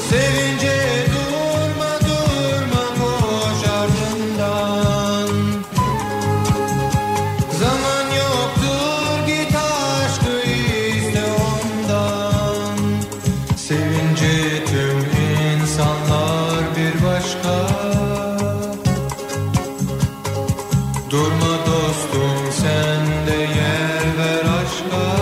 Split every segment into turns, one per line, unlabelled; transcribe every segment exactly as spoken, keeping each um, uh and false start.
Sevince durma durma koş ardından. Zaman yoktur git aşkı iste ondan. Sevince tüm insanlar bir başka. Durma dostum sen de yer ver aşka.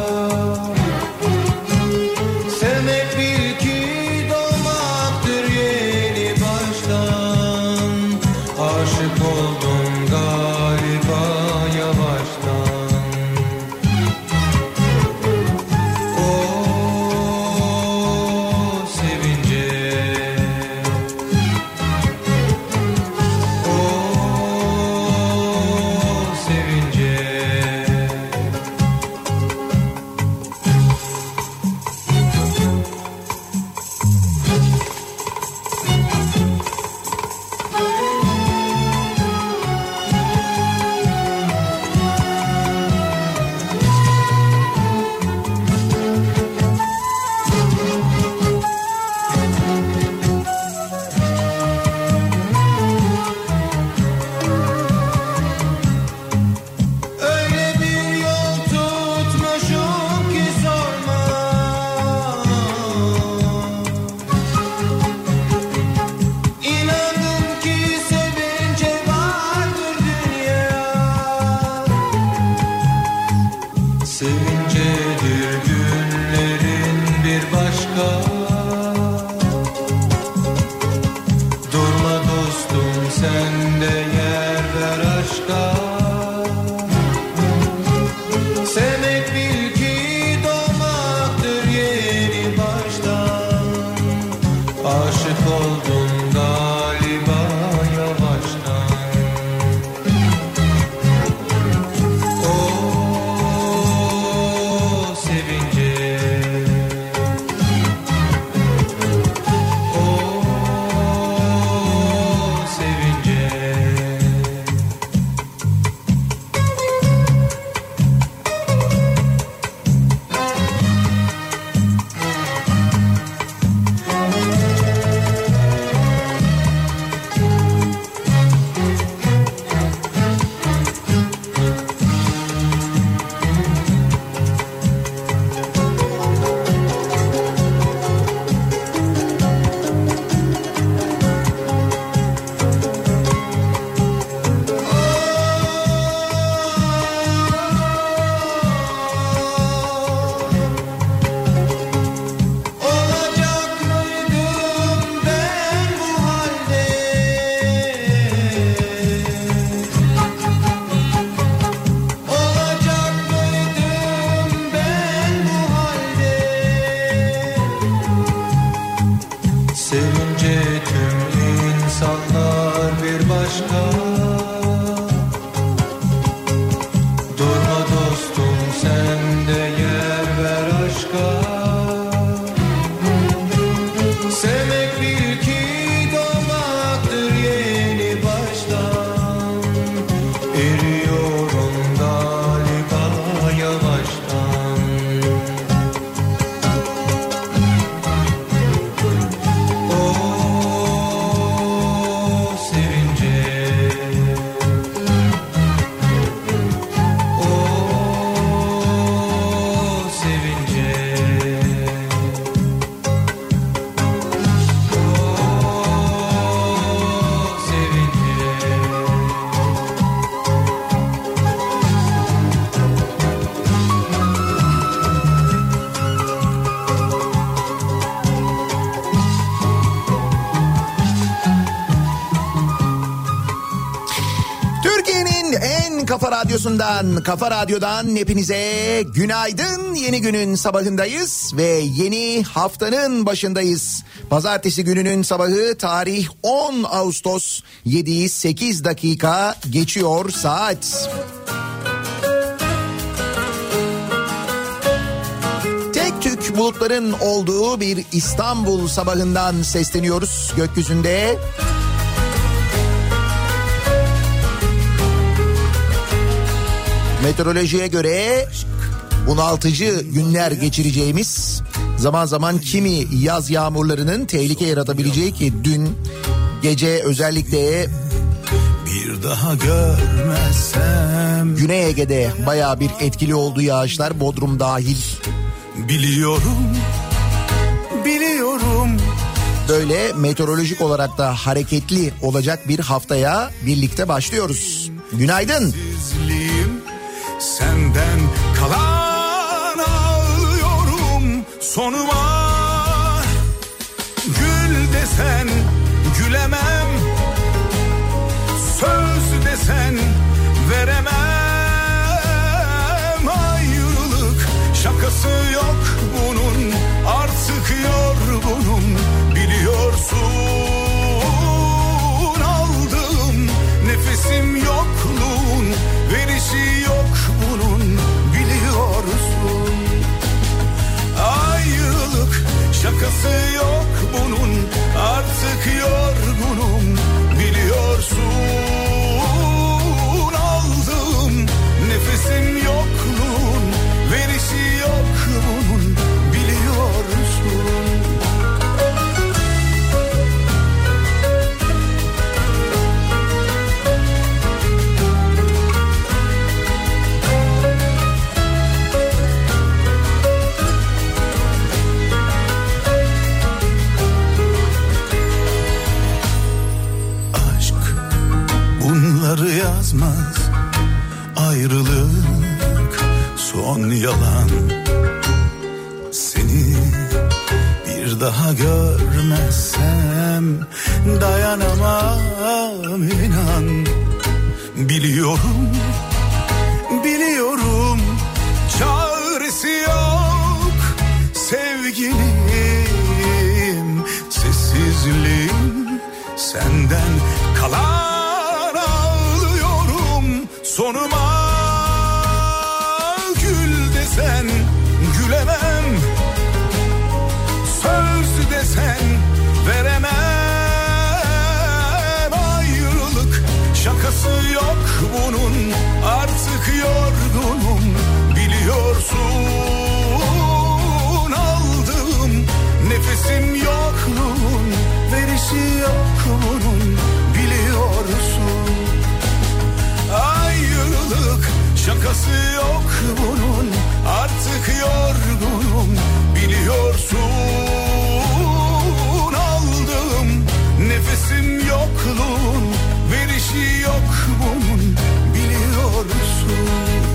Sevmek bil ki doğmaktır yeni baştan. Aşık oldum galiba yavaştan. Oh sevince. Öyle bir yol tutmuşum ki sorma. İnandım ki sevince vardır dünya. Sevincedir günlerin bir başka. Durma dostum sen de yer ver aşka. Sevmek bil ki doğmaktır yeni baştan. Aşık oldum galiba yavaştan. Oh sevince. Oh sevince. Olacak mıydım ben bu halde? Olacak mıydım ben bu halde? Sevince tüm insanlar bir başka. Durma dostum sen de yer ver aşka. Sevmek bil ki doğmaktır yeni baştan. Eriyorum galiba yavaştan. Oh sevince. Oh sevince. Oh sevince.
Türkiye'nin en kafa radyosundan, Kafa Radyo'dan hepinize günaydın. Yeni günün sabahındayız ve yeni haftanın başındayız. Pazartesi gününün sabahı, tarih on Ağustos, yediyi sekiz dakika geçiyor saat. Tek tük bulutların olduğu bir İstanbul sabahından sesleniyoruz gökyüzünde. Meteorolojiye göre bunaltıcı günler geçireceğimiz, Zaman zaman kimi yaz yağmurlarının tehlike yaratabileceği ki dün gece özellikle
bir daha görmezsem
Güney Ege'de bayağı bir etkili oldu yağışlar, Bodrum dahil.
Biliyorum, biliyorum.
Böyle meteorolojik olarak da hareketli olacak bir haftaya birlikte başlıyoruz. Günaydın.
Sizliğim, senden kalan ağlıyorum sonuma. Gül desen gülemem, söz desen veremem. Ayrılık şakası yok bunun, artık yorgunum biliyorsun. Aldığım nefesim yokluğun, verişi yok bunun biliyorsun. Ayrılık şakası yok bunun, artık yorgunum biliyorsun. Aldığım nefesim yokluğun, verişi yok bunun biliyorsun. Bunları yazmaz, ayrılık son yalan. Seni bir daha görmezsem dayanamam inan. Biliyorum, biliyorum çaresi yok sevgilim. Sessizliğim senden kalan sonuma. Gül desen gülemem, söz desen veremem. Ayrılık şakası yok bunun, artık yorgunum biliyorsun. Aldığım nefesim yokluğun, verişi yok bunun biliyorsun. Ayrılık şakası yok bunun, artık yorgunum biliyorsun. Aldığım nefesim yokluğun, verişi yok bunun biliyorsun.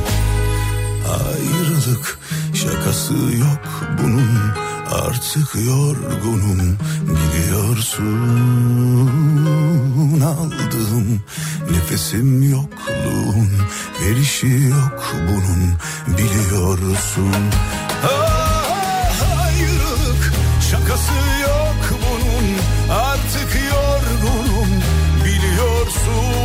Ayrılık şakası yok bunun, artık yorgunum biliyorsun. Aldığım nefesim yokluğun, verişi yok bunun biliyorsun. Ah, ayrılık şakası yok bunun, artık yorgunum biliyorsun.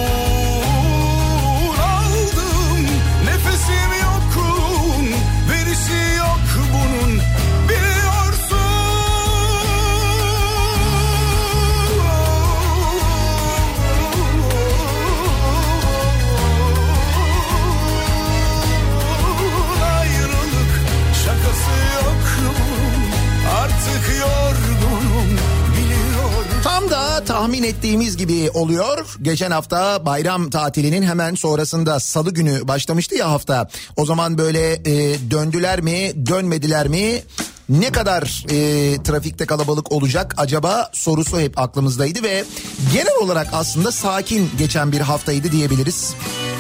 Aldığım nefesim yokluğun, verişi yok bunun biliyorsun. Artık yorgunum biliyorum.
Tam da tahmin ettiğimiz gibi oluyor. Geçen hafta bayram tatilinin hemen sonrasında salı günü başlamıştı ya hafta. O zaman böyle e, döndüler mi, dönmediler mi? Ne kadar e, trafikte kalabalık olacak acaba sorusu hep aklımızdaydı ve genel olarak aslında sakin geçen bir haftaydı diyebiliriz.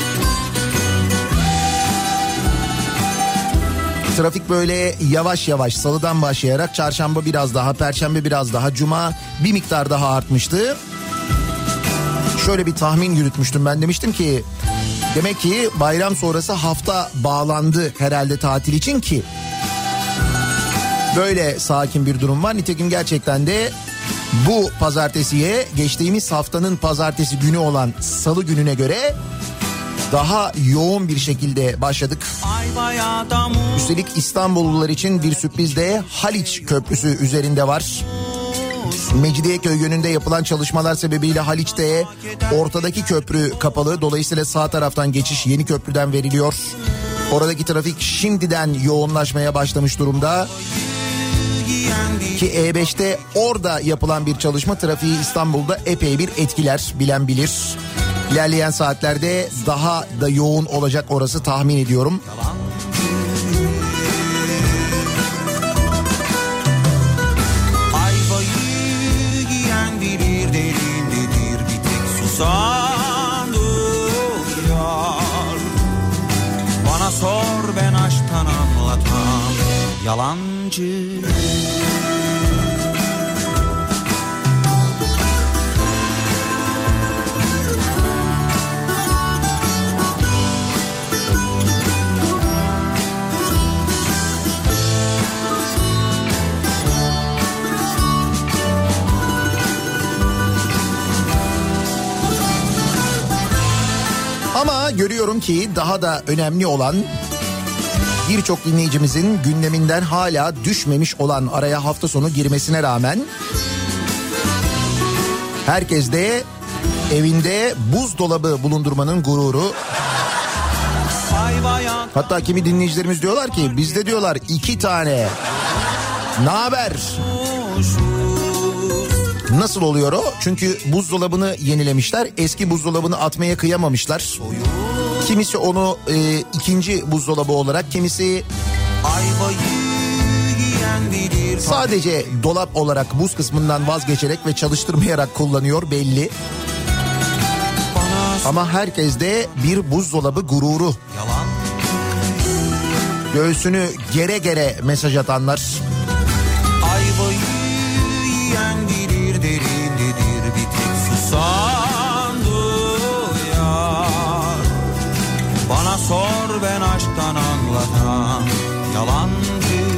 Trafik böyle yavaş yavaş salıdan başlayarak çarşamba biraz daha, perşembe biraz daha, cuma bir miktar daha artmıştı. Şöyle bir tahmin yürütmüştüm, ben demiştim ki demek ki bayram sonrası hafta bağlandı herhalde tatil için ki böyle sakin bir durum var. Nitekim gerçekten de bu pazartesiye geçtiğimiz haftanın pazartesi günü olan salı gününe göre daha yoğun bir şekilde başladık. Üstelik İstanbullular için bir sürpriz de Haliç Köprüsü üzerinde var. Mecidiyeköy yönünde yapılan çalışmalar sebebiyle Haliç'te ortadaki köprü kapalı. Dolayısıyla sağ taraftan geçiş yeni köprüden veriliyor. Oradaki trafik şimdiden yoğunlaşmaya başlamış durumda. Ki E beşte orada yapılan bir çalışma trafiği İstanbul'da epey bir etkiler, bilen bilir. İlerleyen saatlerde daha da yoğun olacak orası, tahmin ediyorum.
Ayvayı giyen bilir derindedir bir tek susanıyor. Bana sor ben aşktan anlatan yalancı.
Ama görüyorum ki daha da önemli olan, birçok dinleyicimizin gündeminden hala düşmemiş olan, araya hafta sonu girmesine rağmen herkes de evinde buzdolabı bulundurmanın gururu. Hatta kimi dinleyicilerimiz diyorlar ki bizde diyorlar iki tane. Ne haber? Nasıl oluyor o? Çünkü buzdolabını yenilemişler. Eski buzdolabını atmaya kıyamamışlar. Kimisi onu e, ikinci buzdolabı olarak, kimisi sadece dolap olarak buz kısmından vazgeçerek ve çalıştırmayarak kullanıyor belli. Ama herkeste bir buzdolabı gururu. Göğsünü gere gere mesaj atanlar.
Ayvayı yiyen bilir derindedir bir tek susan duyar. Bana sor ben aşktan anlatan yalancıyım.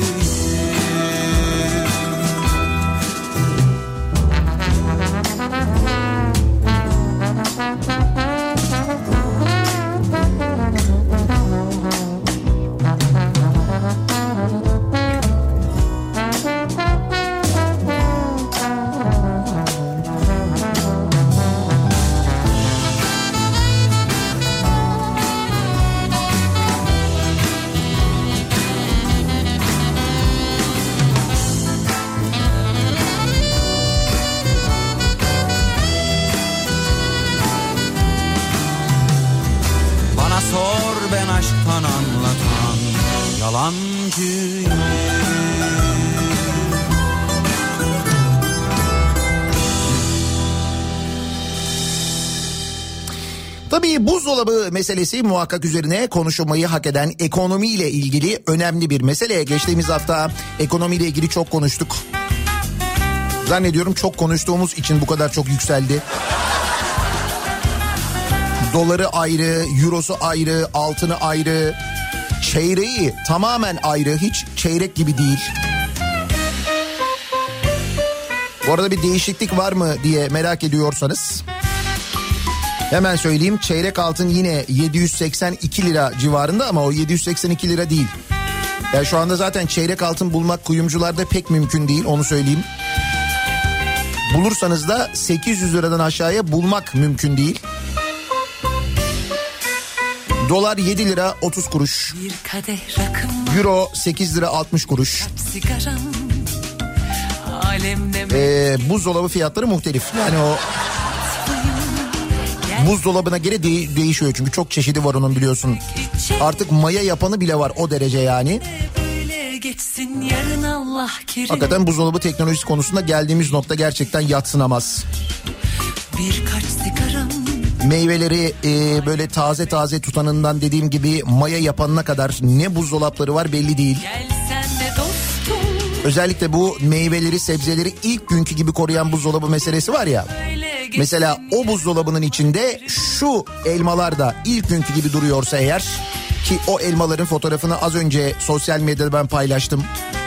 Yalancıyım.
Tabii buzdolabı meselesi muhakkak üzerine konuşulmayı hak eden, ekonomiyle ilgili önemli bir mesele. Geçtiğimiz hafta ekonomiyle ilgili çok konuştuk. Zannediyorum çok konuştuğumuz için bu kadar çok yükseldi. Doları ayrı, eurosu ayrı, altını ayrı, çeyreği tamamen ayrı, hiç çeyrek gibi değil. Bu arada bir değişiklik var mı diye merak ediyorsanız hemen söyleyeyim. Çeyrek altın yine yedi yüz seksen iki lira civarında ama o yedi yüz seksen iki lira değil. Yani şu anda zaten çeyrek altın bulmak kuyumcularda pek mümkün değil, onu söyleyeyim. Bulursanız da sekiz yüz liradan aşağıya bulmak mümkün değil. Dolar yedi lira otuz kuruş. Euro sekiz lira altmış kuruş. Ee, buzdolabı fiyatları muhtelif. Yani o buzdolabına göre de- değişiyor çünkü çok çeşidi var onun, biliyorsun. Artık maya yapanı bile var, o derece yani. Hakikaten buzdolabı teknolojisi konusunda geldiğimiz nokta gerçekten yadsınamaz.
Birkaç sigaram.
Meyveleri e, böyle taze taze tutanından dediğim gibi maya yapanına kadar ne buzdolapları var belli değil. Özellikle bu meyveleri, sebzeleri ilk günkü gibi koruyan buzdolabı meselesi var ya. Mesela o buzdolabının içinde şu elmalar da ilk günkü gibi duruyorsa eğer, ki o elmaların fotoğrafını az önce sosyal medyada ben paylaştım.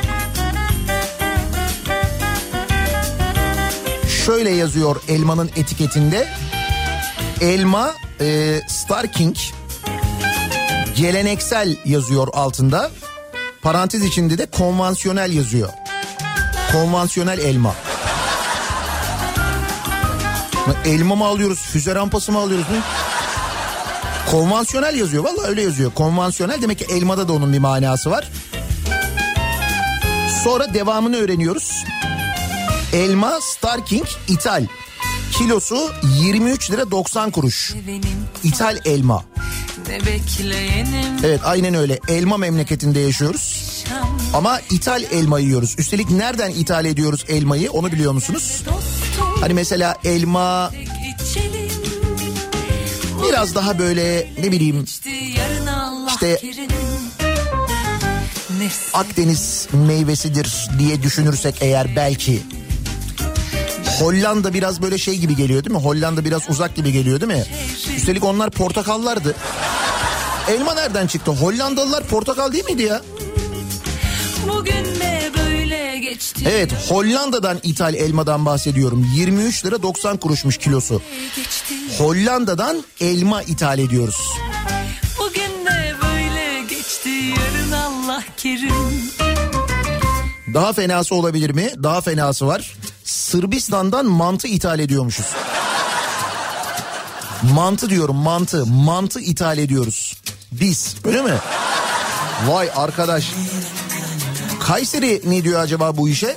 Şöyle yazıyor elmanın etiketinde. Elma e, Star King geleneksel yazıyor altında. Parantez içinde de konvansiyonel yazıyor. Konvansiyonel elma. Elma mı alıyoruz? Füze rampası mı alıyoruz? Ne? Konvansiyonel yazıyor. Vallahi öyle yazıyor. Konvansiyonel demek ki elmada da onun bir manası var. Sonra devamını öğreniyoruz. Elma Star King ithal. Kilosu yirmi üç lira doksan kuruş. İthal elma. Evet, aynen öyle. Elma memleketinde yaşıyoruz. Ama ithal elma yiyoruz. Üstelik nereden ithal ediyoruz elmayı, onu biliyor musunuz? Hani mesela elma biraz daha böyle ne bileyim işte Akdeniz meyvesidir diye düşünürsek eğer belki. Hollanda biraz böyle şey gibi geliyor değil mi? Hollanda biraz uzak gibi geliyor değil mi? Üstelik onlar portakallardı. Elma nereden çıktı? Hollandalılar portakal değil miydi ya?
Bugün de böyle geçti.
Evet, Hollanda'dan ithal elmadan bahsediyorum. yirmi üç lira doksan kuruşmuş kilosu. Hollanda'dan elma ithal ediyoruz.
Bugün de böyle geçti, yarın Allah kerim.
Daha fenası olabilir mi? Daha fenası var. Sırbistan'dan mantı ithal ediyormuşuz. Mantı diyorum, mantı. Mantı ithal ediyoruz. Biz, öyle mi? Vay arkadaş. Kayseri ne diyor acaba bu işe?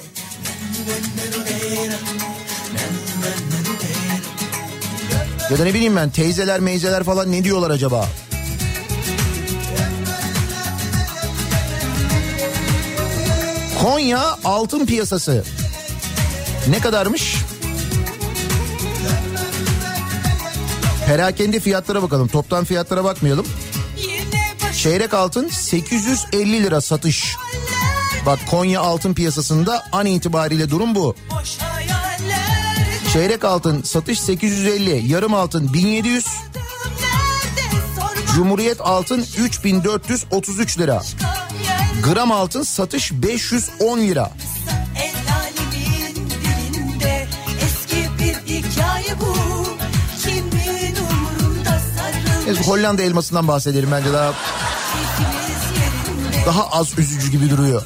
Ya da ne bileyim ben, teyzeler meyzeler falan ne diyorlar acaba? Konya altın piyasası ne kadarmış? Perakende fiyatlara bakalım. Toptan fiyatlara bakmayalım. Çeyrek altın sekiz yüz elli lira satış. Bak, Konya altın piyasasında an itibariyle durum bu. Çeyrek altın satış sekiz yüz elli, yarım altın bin yedi yüz. Cumhuriyet altın üç bin dört yüz otuz üç lira. Gram altın satış beş yüz on lira. Evet, Hollanda elmasından bahsedelim bence, daha daha az üzücü gibi duruyor.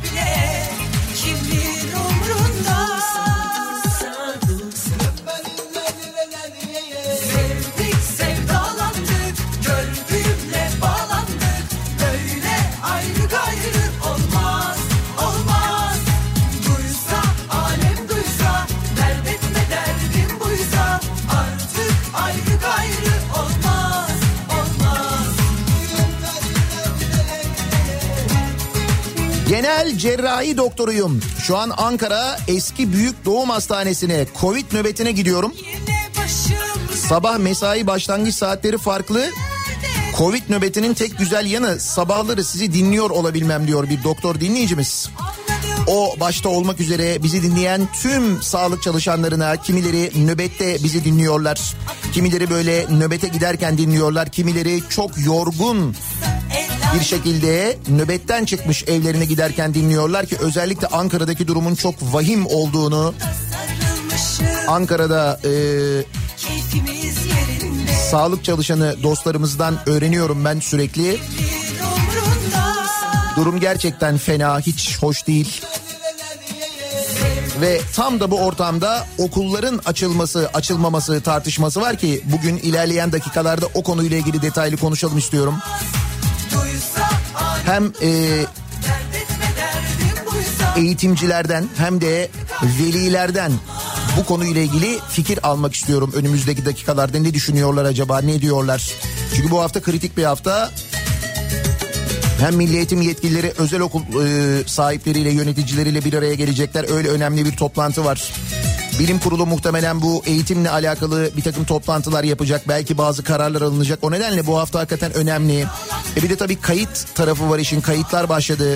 Genel cerrahi doktoruyum. Şu an Ankara Eski Büyük Doğum Hastanesi'ne Covid nöbetine gidiyorum. Sabah mesai başlangıç saatleri farklı. Covid nöbetinin tek güzel yanı sabahları sizi dinliyor olabilmem diyor bir doktor dinleyicimiz. O başta olmak üzere bizi dinleyen tüm sağlık çalışanlarına, kimileri nöbette bizi dinliyorlar. Kimileri böyle nöbete giderken dinliyorlar. Kimileri çok yorgun bir şekilde nöbetten çıkmış evlerine giderken dinliyorlar ki özellikle Ankara'daki durumun çok vahim olduğunu, Ankara'da e, sağlık çalışanı dostlarımızdan öğreniyorum ben sürekli. Durum gerçekten fena, hiç hoş değil. Ve tam da bu ortamda okulların açılması, açılmaması tartışması var ki bugün ilerleyen dakikalarda o konuyla ilgili detaylı konuşalım istiyorum. Hem e, eğitimcilerden hem de velilerden bu konuyla ilgili fikir almak istiyorum. Önümüzdeki dakikalarda ne düşünüyorlar acaba, ne diyorlar? Çünkü bu hafta kritik bir hafta. Hem milli eğitim yetkilileri özel okul e, sahipleriyle, yöneticileriyle bir araya gelecekler. Öyle önemli bir toplantı var. Bilim kurulu muhtemelen bu eğitimle alakalı bir takım toplantılar yapacak. Belki bazı kararlar alınacak. O nedenle bu hafta hakikaten önemli. E bir de tabii kayıt tarafı var işin. Kayıtlar başladı.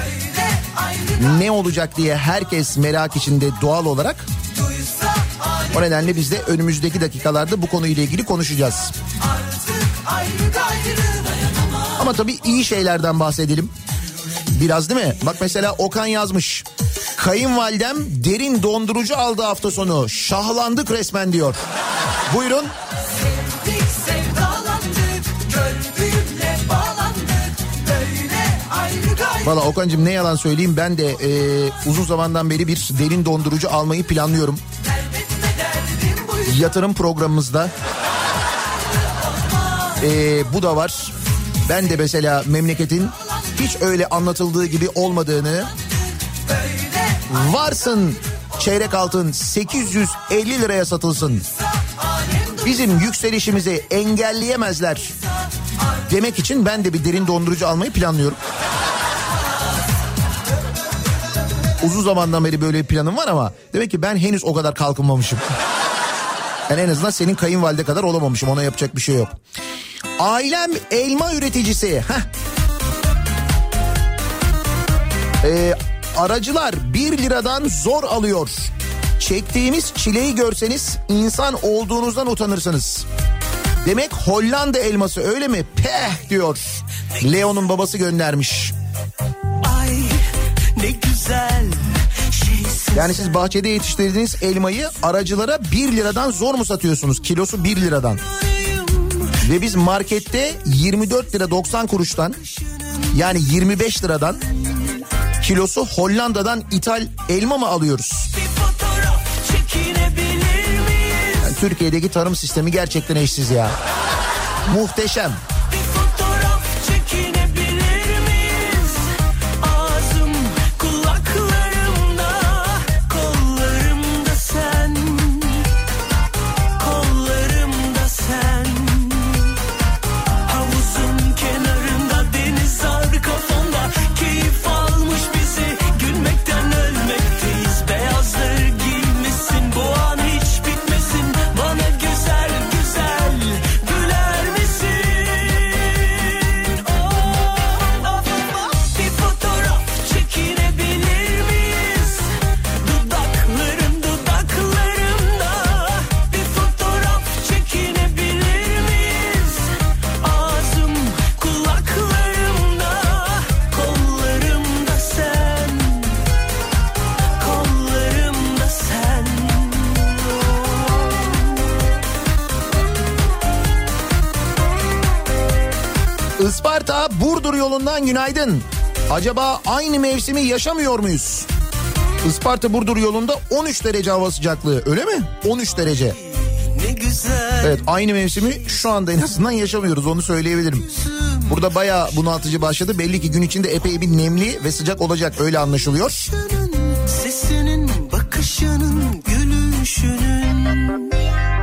Ne olacak diye herkes merak içinde doğal olarak. O nedenle biz de önümüzdeki dakikalarda bu konuyla ilgili konuşacağız. Ama tabii iyi şeylerden bahsedelim. Biraz değil mi? Bak mesela Okan yazmış. Kayınvalidem derin dondurucu aldı hafta sonu. Şahlandık resmen diyor. Buyurun. Valla Okan'cığım ne yalan söyleyeyim, ben de e, uzun zamandan beri bir derin dondurucu almayı planlıyorum. Yatırım programımızda e, bu da var. Ben de mesela memleketin hiç öyle anlatıldığı gibi olmadığını, Varsın çeyrek altın sekiz yüz elli liraya satılsın. Bizim yükselişimizi engelleyemezler demek için ben de bir derin dondurucu almayı planlıyorum. Uzun zamandan beri böyle bir planım var ama demek ki ben henüz o kadar kalkınmamışım. Yani en azından senin kayınvalide kadar olamamışım, ona yapacak bir şey yok. Ailem elma üreticisi. Heh. Ee, aracılar bir liradan zor alıyor. Çektiğimiz çileyi görseniz insan olduğunuzdan utanırsınız. Demek Hollanda elması öyle mi? Peh diyor. Leo'nun babası göndermiş.
Ay ne güzel şeysin.
Yani siz bahçede yetiştirdiğiniz elmayı aracılara bir liradan zor mu satıyorsunuz? Kilosu bir liradan. Ve biz markette yirmi dört lira doksan kuruştan, yani yirmi beş liradan kilosu Hollanda'dan ithal elma mı alıyoruz? Yani Türkiye'deki tarım sistemi gerçekten eşsiz ya. Muhteşem. Isparta Burdur yolundan günaydın. Acaba aynı mevsimi yaşamıyor muyuz? Isparta Burdur yolunda on üç derece hava sıcaklığı, öyle mi? on üç derece.
Ne güzel.
Evet, aynı mevsimi şu anda en azından yaşamıyoruz, onu söyleyebilirim. Burada bayağı bunaltıcı başladı. Belli ki gün içinde epey bir nemli ve sıcak olacak, öyle anlaşılıyor.
Sesinin, bakışının, gülüşünün.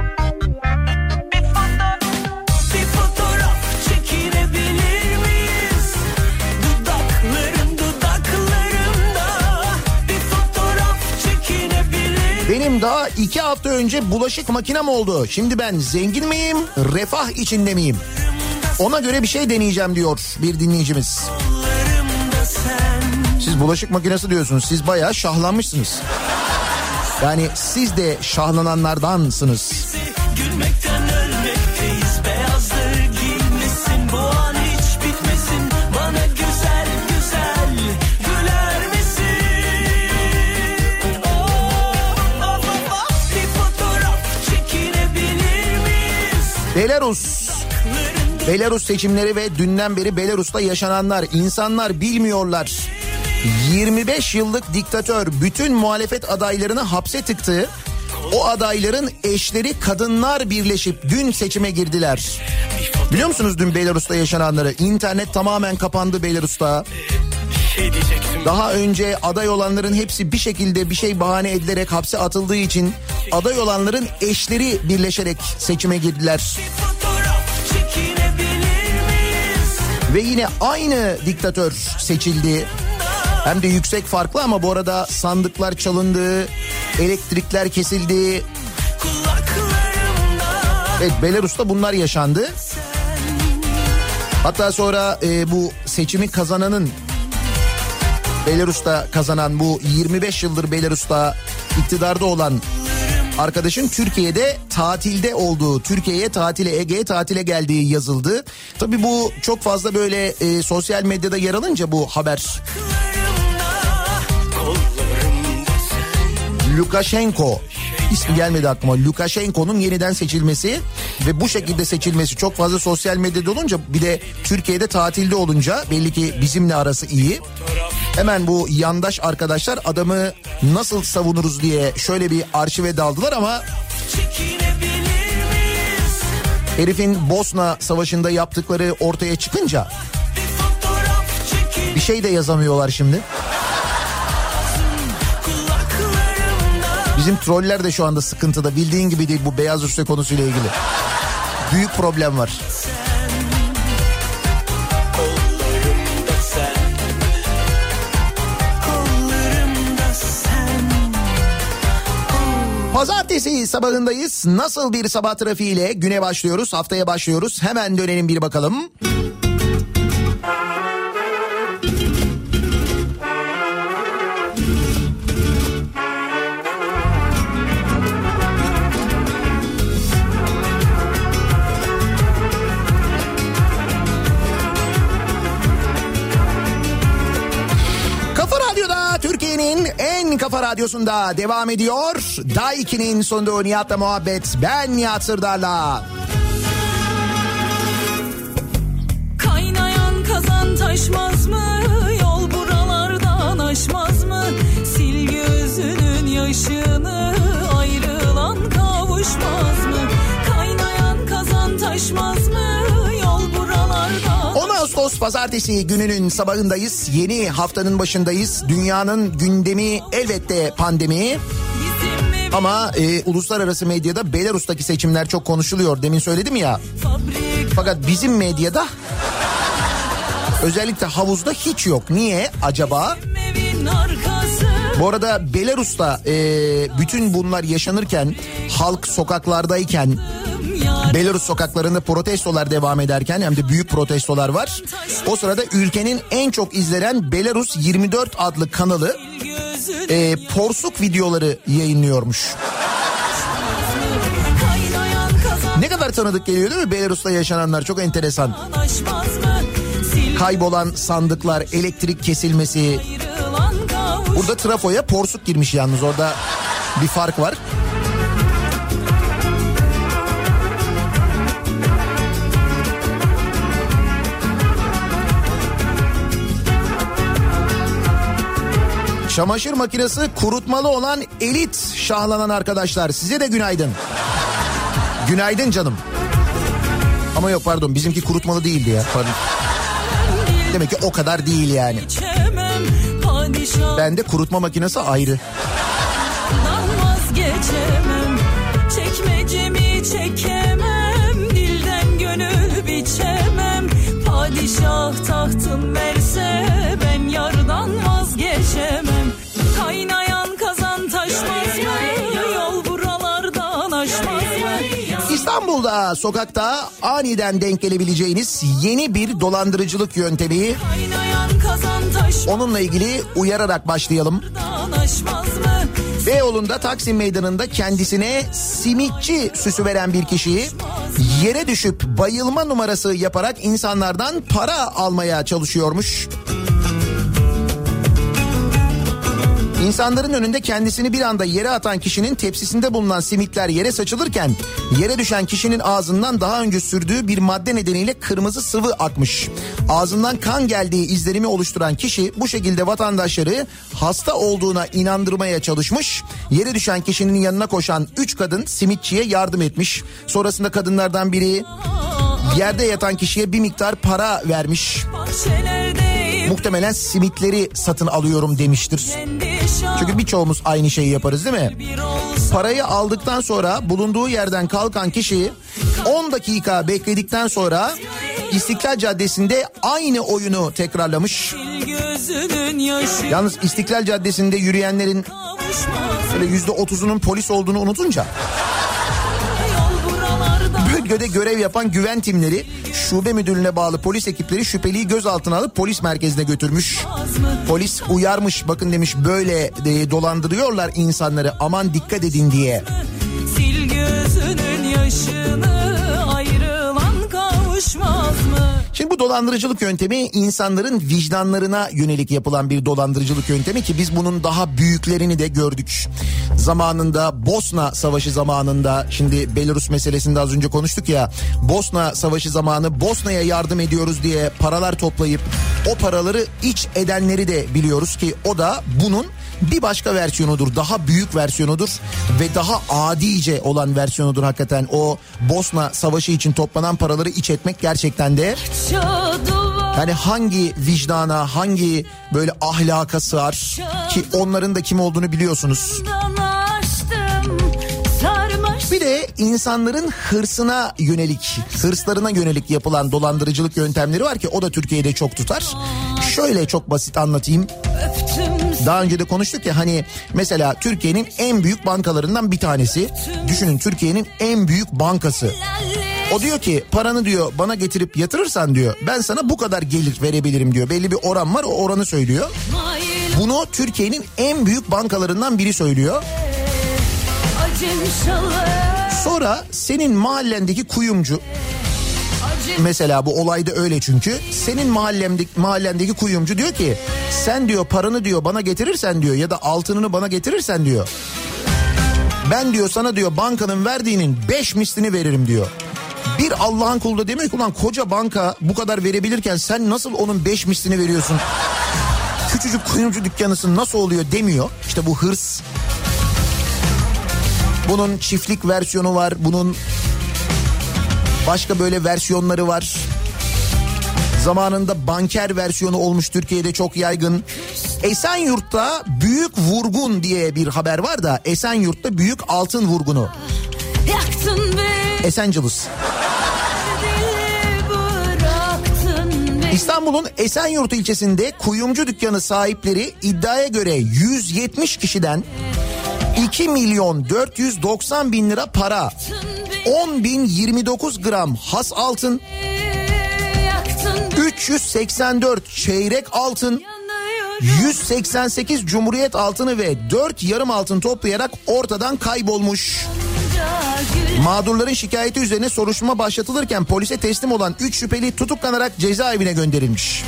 Benim daha iki hafta önce bulaşık makinem oldu. Şimdi ben zengin miyim, refah içinde miyim? Ona göre bir şey deneyeceğim diyor bir dinleyicimiz. Siz bulaşık makinesi diyorsunuz. Siz bayağı şahlanmışsınız. Yani siz de şahlananlardansınız.
Gülmekten ölmekteyiz, beyazdır giyinmesin, bu an hiç bitmesin, bana güzel güzel güler misin? Oh, oh, oh, bir fotoğraf çekinebilir miyiz?
Belarus. Belarus seçimleri ve dünden beri Belarus'ta yaşananlar, insanlar bilmiyorlar. yirmi beş yıllık diktatör bütün muhalefet adaylarını hapse tıktı. O adayların eşleri kadınlar birleşip dün seçime girdiler. Biliyor musunuz dün Belarus'ta yaşananları? İnternet tamamen kapandı Belarus'ta. Daha önce aday olanların hepsi bir şekilde bir şey bahane edilerek hapse atıldığı için aday olanların eşleri birleşerek seçime girdiler. Ve yine aynı diktatör seçildi. Hem de yüksek farklı, ama bu arada sandıklar çalındı, elektrikler kesildi. Evet, Belarus'ta bunlar yaşandı. Hatta sonra e, bu seçimi kazananın, Belarus'ta kazanan, bu yirmi beş yıldır Belarus'ta iktidarda olan arkadaşın Türkiye'de tatilde olduğu, Türkiye'ye tatile, Ege'ye tatile geldiği yazıldı. Tabii bu çok fazla böyle e, sosyal medyada yer alınca bu haber, Lukashenko ismi gelmedi aklıma. Lukashenko'nun yeniden seçilmesi ve bu şekilde seçilmesi çok fazla sosyal medyada olunca, bir de Türkiye'de tatilde olunca belli ki bizimle arası iyi. Hemen bu yandaş arkadaşlar adamı nasıl savunuruz diye şöyle bir arşive daldılar, ama herifin Bosna Savaşı'nda yaptıkları ortaya çıkınca bir şey de yazamıyorlar şimdi. Bizim troller de şu anda sıkıntıda. Bildiğin gibi değil bu beyaz Rusya konusuyla ilgili. Büyük problem var. Pazartesi sabahındayız. Nasıl bir sabah trafiğiyle güne başlıyoruz, haftaya başlıyoruz. Hemen dönelim bir bakalım. Türkiye'nin en kafa radyosunda devam ediyor. Daiki'nin sunduğu Nihat'la muhabbet. Ben Nihat Sırdar'la.
Kaynayan kazan taşmaz mı? Yol buralardan aşmaz mı? Sil gözünün yaşını, ayrılan kavuşmaz mı? Kaynayan kazan taşmaz mı? Yol buralardan.
on Ağustos Pazartesi gününün sabahındayız. Yeni haftanın başındayız. Dünyanın gündemi elbette pandemi. Ama e, uluslararası medyada Belarus'taki seçimler çok konuşuluyor. Demin söyledim ya. Fakat bizim medyada özellikle havuzda hiç yok. Niye acaba? Bu arada Belarus'ta e, bütün bunlar yaşanırken, halk sokaklardayken, Belarus sokaklarında protestolar devam ederken, hem de büyük protestolar var. O sırada ülkenin en çok izlenen Belarus yirmi dört adlı kanalı e, porsuk videoları yayınlıyormuş. Ne kadar tanıdık geliyor değil mi Belarus'ta yaşananlar? Çok enteresan. Kaybolan sandıklar, elektrik kesilmesi. Burada trafoya porsuk girmiş yalnız, orada bir fark var. Çamaşır makinesi kurutmalı olan elit şahlanan arkadaşlar, size de günaydın. Günaydın canım. Ama yok pardon, bizimki kurutmalı değildi ya. Pardon. Demek ki o kadar değil yani. Bende kurutma makinesi ayrı.
Vazgeçemem, çekmecemi çekemem, dilden gönül biçemem. Padişah tahtın verse ben yardan vazgeçemem. Kaynayan kazan taşmaz mı? Yol buralardan aşmaz mı?
İstanbul'da sokakta aniden denk gelebileceğiniz yeni bir dolandırıcılık yöntemi. Onunla ilgili uyararak başlayalım. Beyoğlu'nda Taksim Meydanı'nda kendisine simitçi süsü veren bir kişiyi yere düşüp bayılma numarası yaparak insanlardan para almaya çalışıyormuş. İnsanların önünde kendisini bir anda yere atan kişinin tepsisinde bulunan simitler yere saçılırken yere düşen kişinin ağzından daha önce sürdüğü bir madde nedeniyle kırmızı sıvı akmış. Ağzından kan geldiği izlenimi oluşturan kişi bu şekilde vatandaşları hasta olduğuna inandırmaya çalışmış. Yere düşen kişinin yanına koşan üç kadın simitçiye yardım etmiş. Sonrasında kadınlardan biri yerde yatan kişiye bir miktar para vermiş. Muhtemelen simitleri satın alıyorum demiştir. Çünkü birçoğumuz aynı şeyi yaparız değil mi? Parayı aldıktan sonra bulunduğu yerden kalkan kişi on dakika bekledikten sonra İstiklal Caddesi'nde aynı oyunu tekrarlamış. Yalnız İstiklal Caddesi'nde yürüyenlerin böyle yüzde otuzunun polis olduğunu unutunca bölgede görev yapan güven timleri, şube müdürlüğüne bağlı polis ekipleri şüpheliyi gözaltına alıp polis merkezine götürmüş. Polis uyarmış, bakın demiş, böyle de dolandırıyorlar insanları, aman dikkat edin diye.
Sil gözünün yaşını, ayrılan kavuşmaz mı?
Şimdi bu dolandırıcılık yöntemi insanların vicdanlarına yönelik yapılan bir dolandırıcılık yöntemi ki biz bunun daha büyüklerini de gördük. Zamanında Bosna Savaşı zamanında, şimdi Belarus meselesinde az önce konuştuk ya, Bosna Savaşı zamanı Bosna'ya yardım ediyoruz diye paralar toplayıp o paraları iç edenleri de biliyoruz ki o da bunun bir başka versiyonudur, daha büyük versiyonudur ve daha adice olan versiyonudur hakikaten. O Bosna Savaşı için toplanan paraları iç etmek gerçekten de, yani hangi vicdana, hangi böyle ahlaka sığar ki onların da kim olduğunu biliyorsunuz. de insanların hırsına yönelik, hırslarına yönelik yapılan dolandırıcılık yöntemleri var ki o da Türkiye'de çok tutar. Şöyle çok basit anlatayım. Daha önce de konuştuk ya hani mesela Türkiye'nin en büyük bankalarından bir tanesi. Düşünün Türkiye'nin en büyük bankası. O diyor ki paranı diyor bana getirip yatırırsan diyor ben sana bu kadar gelir verebilirim diyor. Belli bir oran var, o oranı söylüyor. Bunu Türkiye'nin en büyük bankalarından biri söylüyor. Sonra senin mahallendeki kuyumcu, mesela bu olayda öyle çünkü, senin mahallendeki, mahallendeki kuyumcu diyor ki sen diyor paranı diyor bana getirirsen diyor ya da altınını bana getirirsen diyor ben diyor sana diyor bankanın verdiğinin beş mislini veririm diyor. Bir Allah'ın kulu da demiyor ki ulan koca banka bu kadar verebilirken sen nasıl onun beş mislini veriyorsun? Küçücük kuyumcu dükkanısın nasıl oluyor demiyor. İşte bu hırs. Bunun çiftlik versiyonu var. Bunun başka böyle versiyonları var. Zamanında banker versiyonu olmuş, Türkiye'de çok yaygın. Esenyurt'ta büyük vurgun diye bir haber var da Esenyurt'ta büyük altın vurgunu. Esenciles. İstanbul'un Esenyurt ilçesinde kuyumcu dükkanı sahipleri iddiaya göre yüz yetmiş kişiden iki milyon dört yüz doksan bin lira para, on bin yirmi dokuz gram has altın, üç yüz seksen dört çeyrek altın, yüz seksen sekiz cumhuriyet altını ve dört yarım altın toplayarak ortadan kaybolmuş. Mağdurların şikayeti üzerine soruşturma başlatılırken polise teslim olan üç şüpheli tutuklanarak cezaevine gönderilmiş.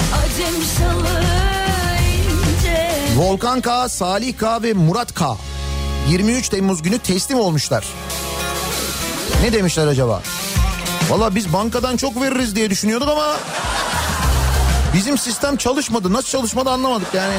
Volkan K, Salih K ve Murat K yirmi üç Temmuz günü teslim olmuşlar. Ne demişler acaba? Valla biz bankadan çok veririz diye düşünüyorduk ama bizim sistem çalışmadı. Nasıl çalışmadı anlamadık yani.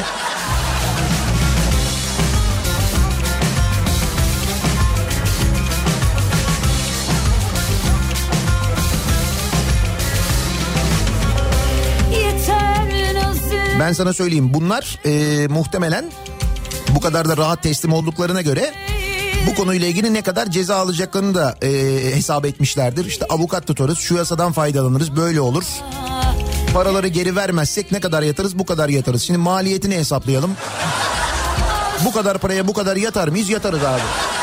Ben sana söyleyeyim, bunlar e, muhtemelen bu kadar da rahat teslim olduklarına göre bu konuyla ilgili ne kadar ceza alacaklarını da e, hesap etmişlerdir. İşte avukat tutarız, şu yasadan faydalanırız, böyle olur. Paraları geri vermezsek ne kadar yatarız, bu kadar yatarız. Şimdi maliyetini hesaplayalım. Bu kadar paraya bu kadar yatar mıyız? Yatarız abi.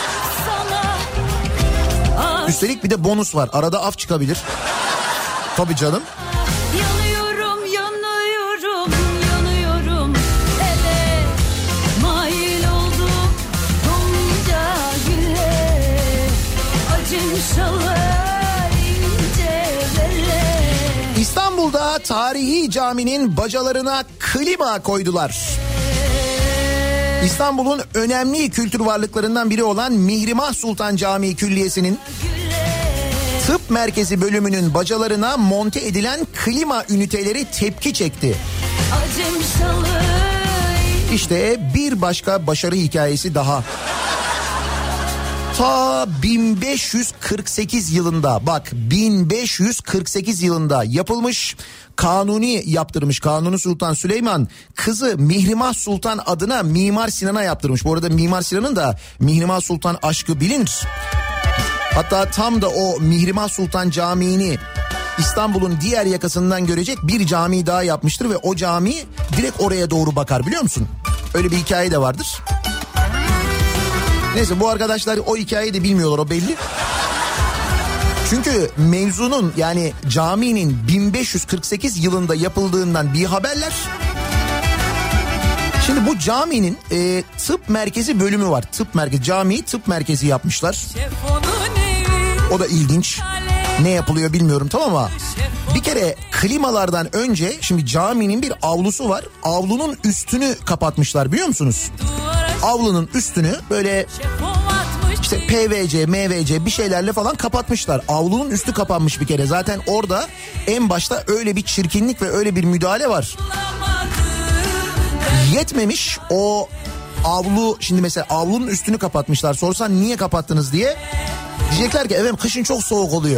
Üstelik bir de bonus var. Arada af çıkabilir. Tabii canım. İstanbul'da tarihi caminin bacalarına klima koydular. İstanbul'un önemli kültür varlıklarından biri olan Mihrimah Sultan Camii Külliyesi'nin tıp merkezi bölümünün bacalarına monte edilen klima üniteleri tepki çekti. İşte bir başka başarı hikayesi daha. Ta bin beş yüz kırk sekiz yılında, bak bin beş yüz kırk sekiz yılında yapılmış, Kanuni yaptırmış. Kanuni Sultan Süleyman kızı Mihrimah Sultan adına Mimar Sinan'a yaptırmış. Bu arada Mimar Sinan'ın da Mihrimah Sultan aşkı bilinir. Hatta tam da o Mihrimah Sultan Camii'ni İstanbul'un diğer yakasından görecek bir cami daha yapmıştır ve o cami direkt oraya doğru bakar, biliyor musun? Öyle bir hikaye de vardır. Neyse, bu arkadaşlar o hikayeyi de bilmiyorlar, o belli. Çünkü mevzunun, yani caminin bin beş yüz kırk sekiz yılında yapıldığından bir haberler. Şimdi bu caminin e, tıp merkezi bölümü var. Tıp merkezi, camiyi tıp merkezi yapmışlar. O da ilginç. Ne yapılıyor bilmiyorum, tamam ama bir kere klimalardan önce şimdi caminin bir avlusu var. Avlunun üstünü kapatmışlar, biliyor musunuz? Avlunun üstünü böyle işte P V C, M V C bir şeylerle falan kapatmışlar. Avlunun üstü kapanmış bir kere. Zaten orada en başta öyle bir çirkinlik ve öyle bir müdahale var. Yetmemiş o avlu, şimdi mesela avlunun üstünü kapatmışlar. Sorsan niye kapattınız diye. Diyecekler ki evet kışın çok soğuk oluyor.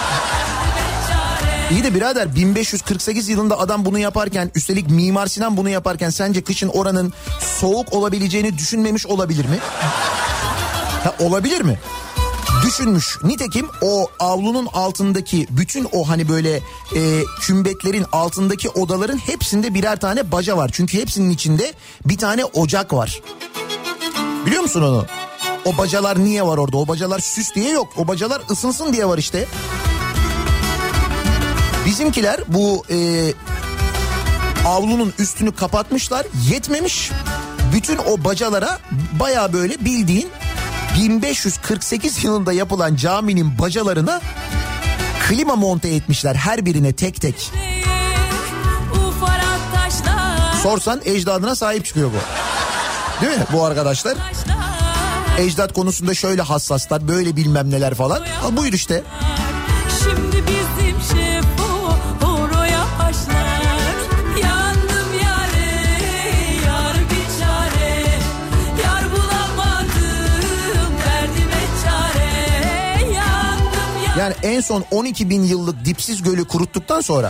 İyi de birader, bin beş yüz kırk sekiz yılında adam bunu yaparken, üstelik Mimar Sinan bunu yaparken sence kışın oranın soğuk olabileceğini düşünmemiş olabilir mi? Ha, olabilir mi? düşünmüş. Nitekim o avlunun altındaki bütün o hani böyle e, kümbetlerin altındaki odaların hepsinde birer tane baca var. Çünkü hepsinin içinde bir tane ocak var. Biliyor musun onu? O bacalar niye var orada? O bacalar süs diye yok. O bacalar ısınsın diye var işte. Bizimkiler bu e, avlunun üstünü kapatmışlar. Yetmemiş. Bütün o bacalara baya böyle bildiğin bin beş yüz kırk sekiz yılında yapılan caminin bacalarına klima monte etmişler. Her birine tek tek. Sorsan ecdadına sahip çıkıyor bu. Değil mi bu arkadaşlar? Ecdat konusunda şöyle hassaslar, böyle bilmem neler falan. Ha, buyur işte.
Şimdi bizim şef o horoya başlar. Yandım yare, yar bir çare. Yar bulamadım, derdime çare. Yandım yare.
Yani en son on iki bin yıllık dipsiz gölü kuruttuktan sonra...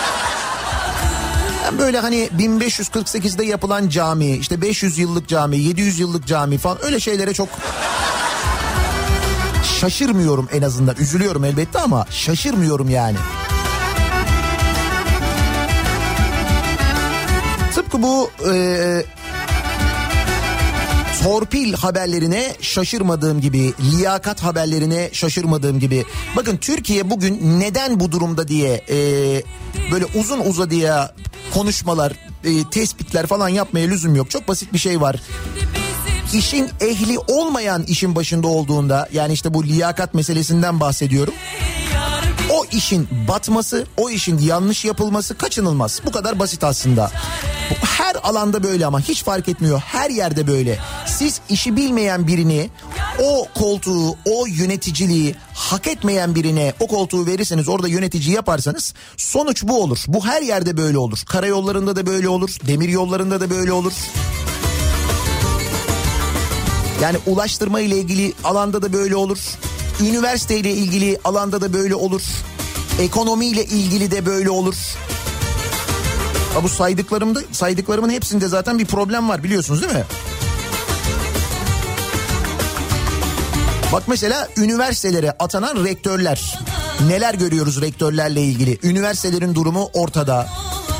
Yani böyle hani bin beş yüz kırk sekizde yapılan cami, işte beş yüz yıllık cami, yedi yüz yıllık cami falan öyle şeylere çok şaşırmıyorum en azından. Üzülüyorum elbette ama şaşırmıyorum yani. Tıpkı bu e, torpil haberlerine şaşırmadığım gibi, liyakat haberlerine şaşırmadığım gibi. Bakın Türkiye bugün neden bu durumda diye e, böyle uzun uzadıya konuşmalar, e, tespitler falan yapmaya lüzum yok. Çok basit bir şey var. İşin ehli olmayan işin başında olduğunda, yani işte bu liyakat meselesinden bahsediyorum. O işin batması, o işin yanlış yapılması kaçınılmaz. Bu kadar basit aslında. Her alanda böyle ama hiç fark etmiyor. Her yerde böyle. Siz işi bilmeyen birini, o koltuğu, o yöneticiliği hak etmeyen birine o koltuğu verirseniz, orada yönetici yaparsanız sonuç bu olur. Bu her yerde böyle olur. Karayollarında da böyle olur. Demir yollarında da böyle olur. Yani ulaştırma ile ilgili alanda da böyle olur. Üniversite ile ilgili alanda da böyle olur. Ekonomiyle ilgili de böyle olur. Ha, bu saydıklarımda, saydıklarımın hepsinde zaten bir problem var, biliyorsunuz değil mi? Bak mesela üniversitelere atanan rektörler. Neler görüyoruz rektörlerle ilgili? Üniversitelerin durumu ortada.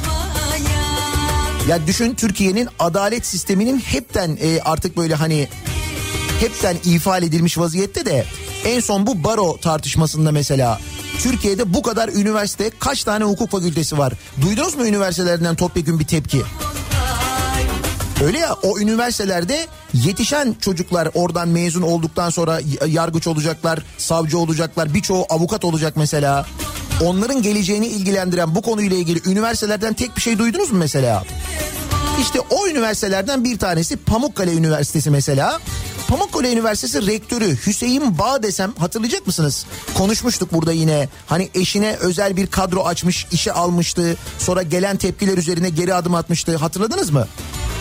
Ya düşün, Türkiye'nin adalet sisteminin hepten e, artık böyle hani hepten ifade edilmiş vaziyette de en son bu baro tartışmasında mesela Türkiye'de bu kadar üniversite, kaç tane hukuk fakültesi var? Duydunuz mu üniversitelerden topyekün bir tepki? Öyle ya, o üniversitelerde yetişen çocuklar oradan mezun olduktan sonra yargıç olacaklar, savcı olacaklar, birçoğu avukat olacak mesela. Onların geleceğini ilgilendiren bu konuyla ilgili üniversitelerden tek bir şey duydunuz mu mesela? İşte o üniversitelerden bir tanesi Pamukkale Üniversitesi mesela. Pamukkale Üniversitesi rektörü Hüseyin Bağ desem hatırlayacak mısınız? Konuşmuştuk burada yine. Hani eşine özel bir kadro açmış, işe almıştı. Sonra gelen tepkiler üzerine geri adım atmıştı. Hatırladınız mı?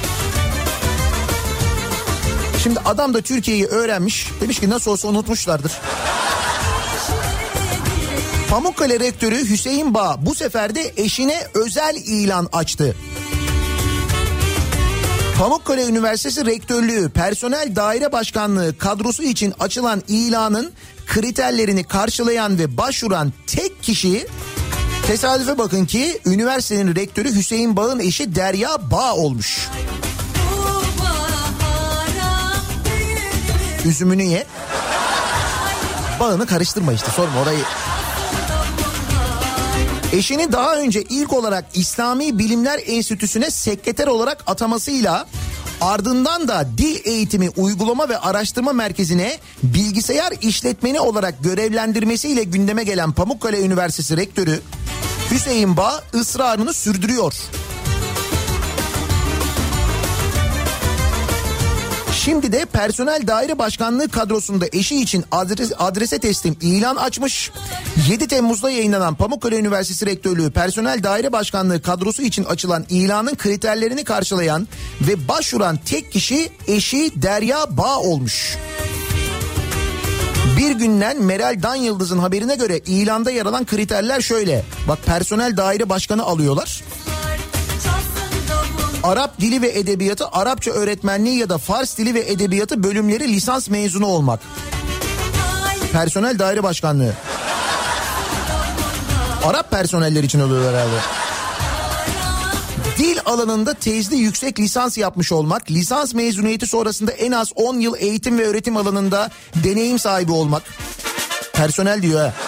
Şimdi adam da Türkiye'yi öğrenmiş. Demiş ki nasıl olsa unutmuşlardır. Pamukkale rektörü Hüseyin Bağ bu sefer de eşine özel ilan açtı. Pamukkale Üniversitesi Rektörlüğü Personel Daire Başkanlığı kadrosu için açılan ilanın kriterlerini karşılayan ve başvuran tek kişi, tesadüfe bakın ki üniversitenin rektörü Hüseyin Bağ'ın eşi Derya Bağ olmuş. Üzümünü ye, bağını karıştırma işte, sorma orayı. Eşini daha önce ilk olarak İslami Bilimler Enstitüsü'ne sekreter olarak atamasıyla ardından da Dil Eğitimi Uygulama ve Araştırma Merkezi'ne bilgisayar işletmeni olarak görevlendirmesiyle gündeme gelen Pamukkale Üniversitesi Rektörü Hüseyin Bağ ısrarını sürdürüyor. Şimdi de Personel Daire Başkanlığı kadrosunda eşi için adres, adrese teslim ilan açmış. yedi Temmuz'da yayınlanan Pamukkale Üniversitesi Rektörlüğü Personel Daire Başkanlığı kadrosu için açılan ilanın kriterlerini karşılayan ve başvuran tek kişi eşi Derya Bağ olmuş. Bir Günden Meral Danyıldız'ın haberine göre ilanda yer alan kriterler şöyle. Bak, personel daire başkanı alıyorlar. Arap dili ve edebiyatı, Arapça öğretmenliği ya da Fars dili ve edebiyatı bölümleri lisans mezunu olmak. Personel daire başkanlığı. Arap personeller için oluyor herhalde. Dil alanında tezli yüksek lisans yapmış olmak, lisans mezuniyeti sonrasında en az on yıl eğitim ve öğretim alanında deneyim sahibi olmak. Personel diyor ha.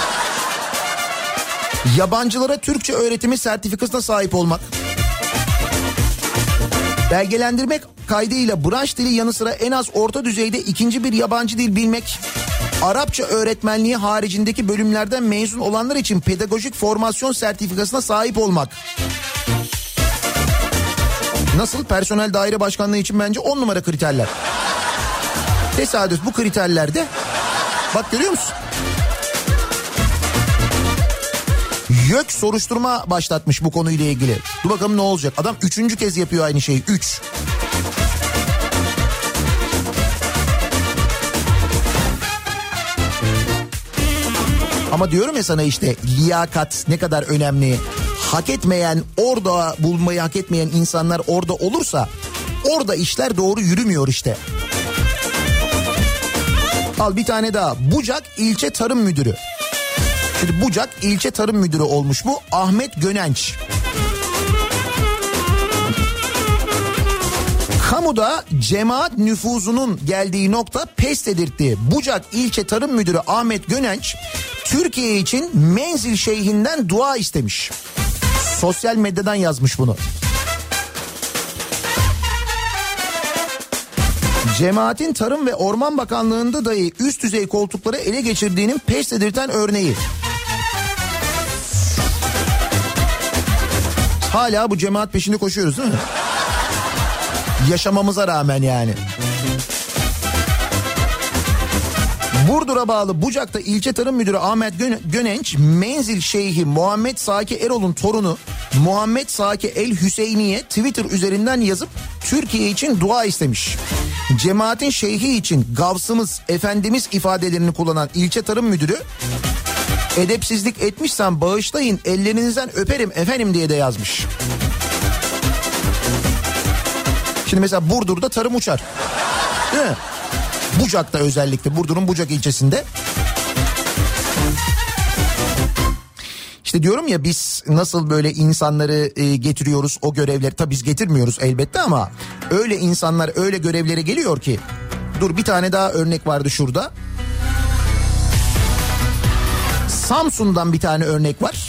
Yabancılara Türkçe öğretimi sertifikasına sahip olmak. Belgelendirmek kaydıyla branş dili yanı sıra en az orta düzeyde ikinci bir yabancı dil bilmek. Arapça öğretmenliği haricindeki bölümlerden mezun olanlar için pedagojik formasyon sertifikasına sahip olmak. Nasıl? Personel daire başkanlığı için bence on numara kriterler. Tesadüf bu kriterlerde. Bak görüyor musun? YÖK soruşturma başlatmış bu konuyla ilgili. Dur bakalım ne olacak. Adam üçüncü kez yapıyor aynı şeyi. Üç. Ama diyorum ya sana işte liyakat ne kadar önemli. Hak etmeyen, orada bulmayı hak etmeyen insanlar orada olursa orada işler doğru yürümüyor işte. Al bir tane daha. Bucak İlçe Tarım Müdürü. Şimdi Bucak İlçe Tarım Müdürü olmuş bu Ahmet Gönenç. Kamuda cemaat nüfuzunun geldiği nokta pes dedirtti. Bucak İlçe Tarım Müdürü Ahmet Gönenç Türkiye için Menzil Şeyhinden dua istemiş. Sosyal medyadan yazmış bunu. Cemaatin Tarım ve Orman Bakanlığı'nda dahi üst düzey koltukları ele geçirdiğinin pes dedirten örneği. Hala bu cemaat peşinde koşuyoruz değil mi? Yaşamamıza rağmen yani. Burdur'a bağlı Bucak'ta İlçe Tarım Müdürü Ahmet Gönenç, Menzil Şeyhi Muhammed Saki Erol'un torunu Muhammed Saki El Hüseyni'ye Twitter üzerinden yazıp Türkiye için dua istemiş. Cemaatin şeyhi için Gavsımız, Efendimiz ifadelerini kullanan İlçe Tarım Müdürü, edepsizlik etmişsem bağışlayın ellerinizden öperim efendim diye de yazmış. Şimdi mesela Burdur'da tarım uçar. Değil mi? Bucak'ta özellikle Burdur'un Bucak ilçesinde. İşte diyorum ya biz nasıl böyle insanları e, getiriyoruz o görevleri. Tabii biz getirmiyoruz elbette ama öyle insanlar öyle görevlere geliyor ki. Dur bir tane daha örnek vardı şurada. Samsun'dan bir tane örnek var.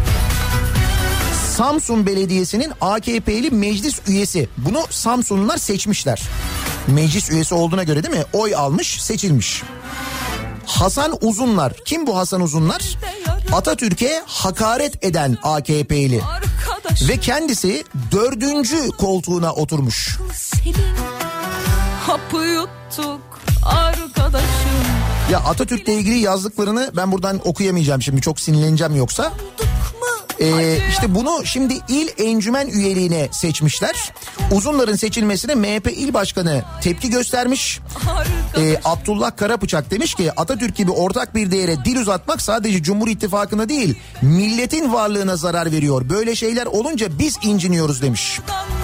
Samsun Belediyesi'nin A K P'li meclis üyesi. Bunu Samsunlular seçmişler. Meclis üyesi olduğuna göre değil mi? Oy almış, seçilmiş. Hasan Uzunlar. Kim bu Hasan Uzunlar? Atatürk'e hakaret eden A K P'li. Ve kendisi dördüncü koltuğuna oturmuş.
Senin hapı yuttuk arkadaşım.
Ya Atatürk'le ilgili yazdıklarını ben buradan okuyamayacağım şimdi. Çok sinirleneceğim yoksa. Ee, işte bunu şimdi il encümen üyeliğine seçmişler. Uzunların seçilmesine M H P il başkanı tepki göstermiş. Ee, Abdullah Karabıçak demiş ki Atatürk gibi ortak bir değere dil uzatmak sadece Cumhur İttifakı'na değil milletin varlığına zarar veriyor. Böyle şeyler olunca biz inciniyoruz demiş.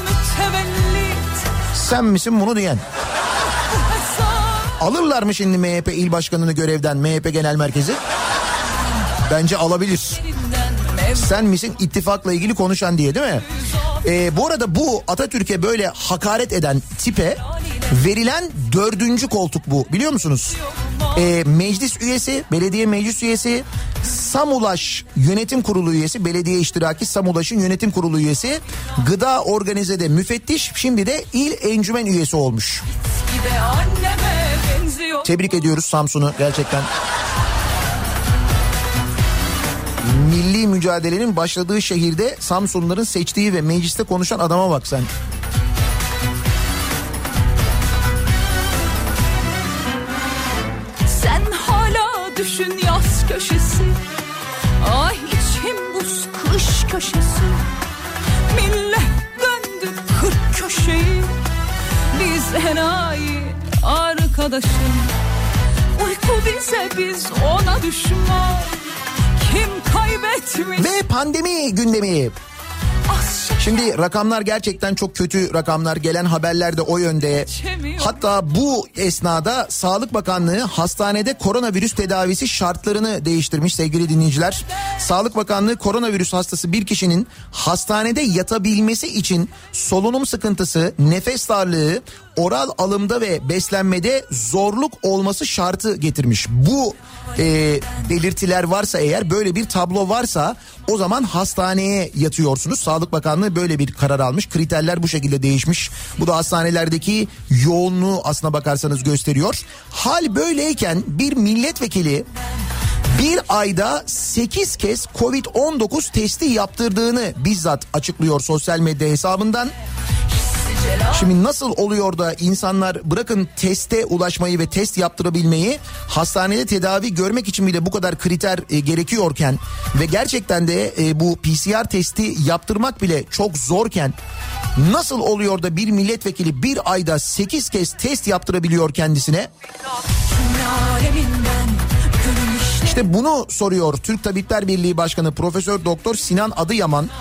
Sen misin bunu diyen? Alırlar mı şimdi M H P il başkanını görevden M H P genel merkezi? Bence alabilir. Sen misin ittifakla ilgili konuşan diye değil mi? Ee, bu arada bu Atatürk'e böyle hakaret eden tipe verilen dördüncü koltuk bu biliyor musunuz? Ee, meclis üyesi, belediye meclis üyesi, Samulaş Yönetim Kurulu üyesi, belediye iştiraki Samulaş'ın yönetim kurulu üyesi, gıda organizede müfettiş, şimdi de il encümen üyesi olmuş. Tebrik ediyoruz Samsun'u gerçekten. Milli mücadelenin başladığı şehirde Samsunluların seçtiği ve mecliste konuşan adama bak sen.
Sen hala düşün yaz köşesi. Ay içim buz kış köşesi. Millet döndü kırk köşeyi. Biz enayi arkadaşım. Uyku bize biz ona düşman. Kim kaybetmiş?
Ve pandemi gündemi. Şimdi rakamlar gerçekten çok kötü rakamlar. Gelen haberler de o yönde. Hatta bu esnada Sağlık Bakanlığı hastanede koronavirüs tedavisi şartlarını değiştirmiş sevgili dinleyiciler. Sağlık Bakanlığı koronavirüs hastası bir kişinin hastanede yatabilmesi için solunum sıkıntısı, nefes darlığı, oral alımda ve beslenmede zorluk olması şartı getirmiş. Bu e, belirtiler varsa eğer, böyle bir tablo varsa o zaman hastaneye yatıyorsunuz. Sağlık Bakanlığı böyle bir karar almış. Kriterler bu şekilde değişmiş. Bu da hastanelerdeki yoğunluğu aslına bakarsanız gösteriyor. Hal böyleyken bir milletvekili bir ayda sekiz kez kovid on dokuz testi yaptırdığını bizzat açıklıyor sosyal medya hesabından. Şimdi nasıl oluyor da insanlar bırakın teste ulaşmayı ve test yaptırabilmeyi, hastanede tedavi görmek için bile bu kadar kriter e, gerekiyorken ve gerçekten de e, bu P C R testi yaptırmak bile çok zorken nasıl oluyor da bir milletvekili bir ayda sekiz kez test yaptırabiliyor kendisine? İşte bunu soruyor Türk Tabipler Birliği Başkanı Profesör Doktor Sinan Adıyaman.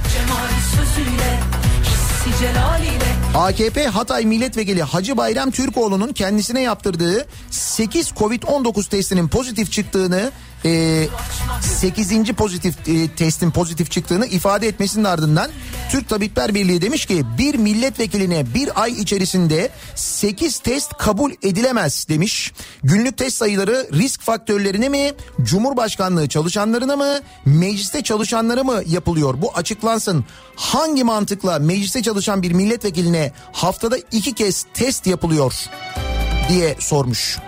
A K P Hatay Milletvekili Hacı Bayram Türkoğlu'nun kendisine yaptırdığı sekiz kovid on dokuz testinin pozitif çıktığını, e, sekizinci pozitif e, testin pozitif çıktığını ifade etmesinin ardından Türk Tabipler Birliği demiş ki bir milletvekiline bir ay içerisinde sekiz test kabul edilemez demiş. Günlük test sayıları risk faktörlerine mi, Cumhurbaşkanlığı çalışanlarına mı, mecliste çalışanlara mı yapılıyor? Bu açıklansın. Hangi mantıkla mecliste çalışan bir milletvekiline haftada iki kez test yapılıyor diye sormuş.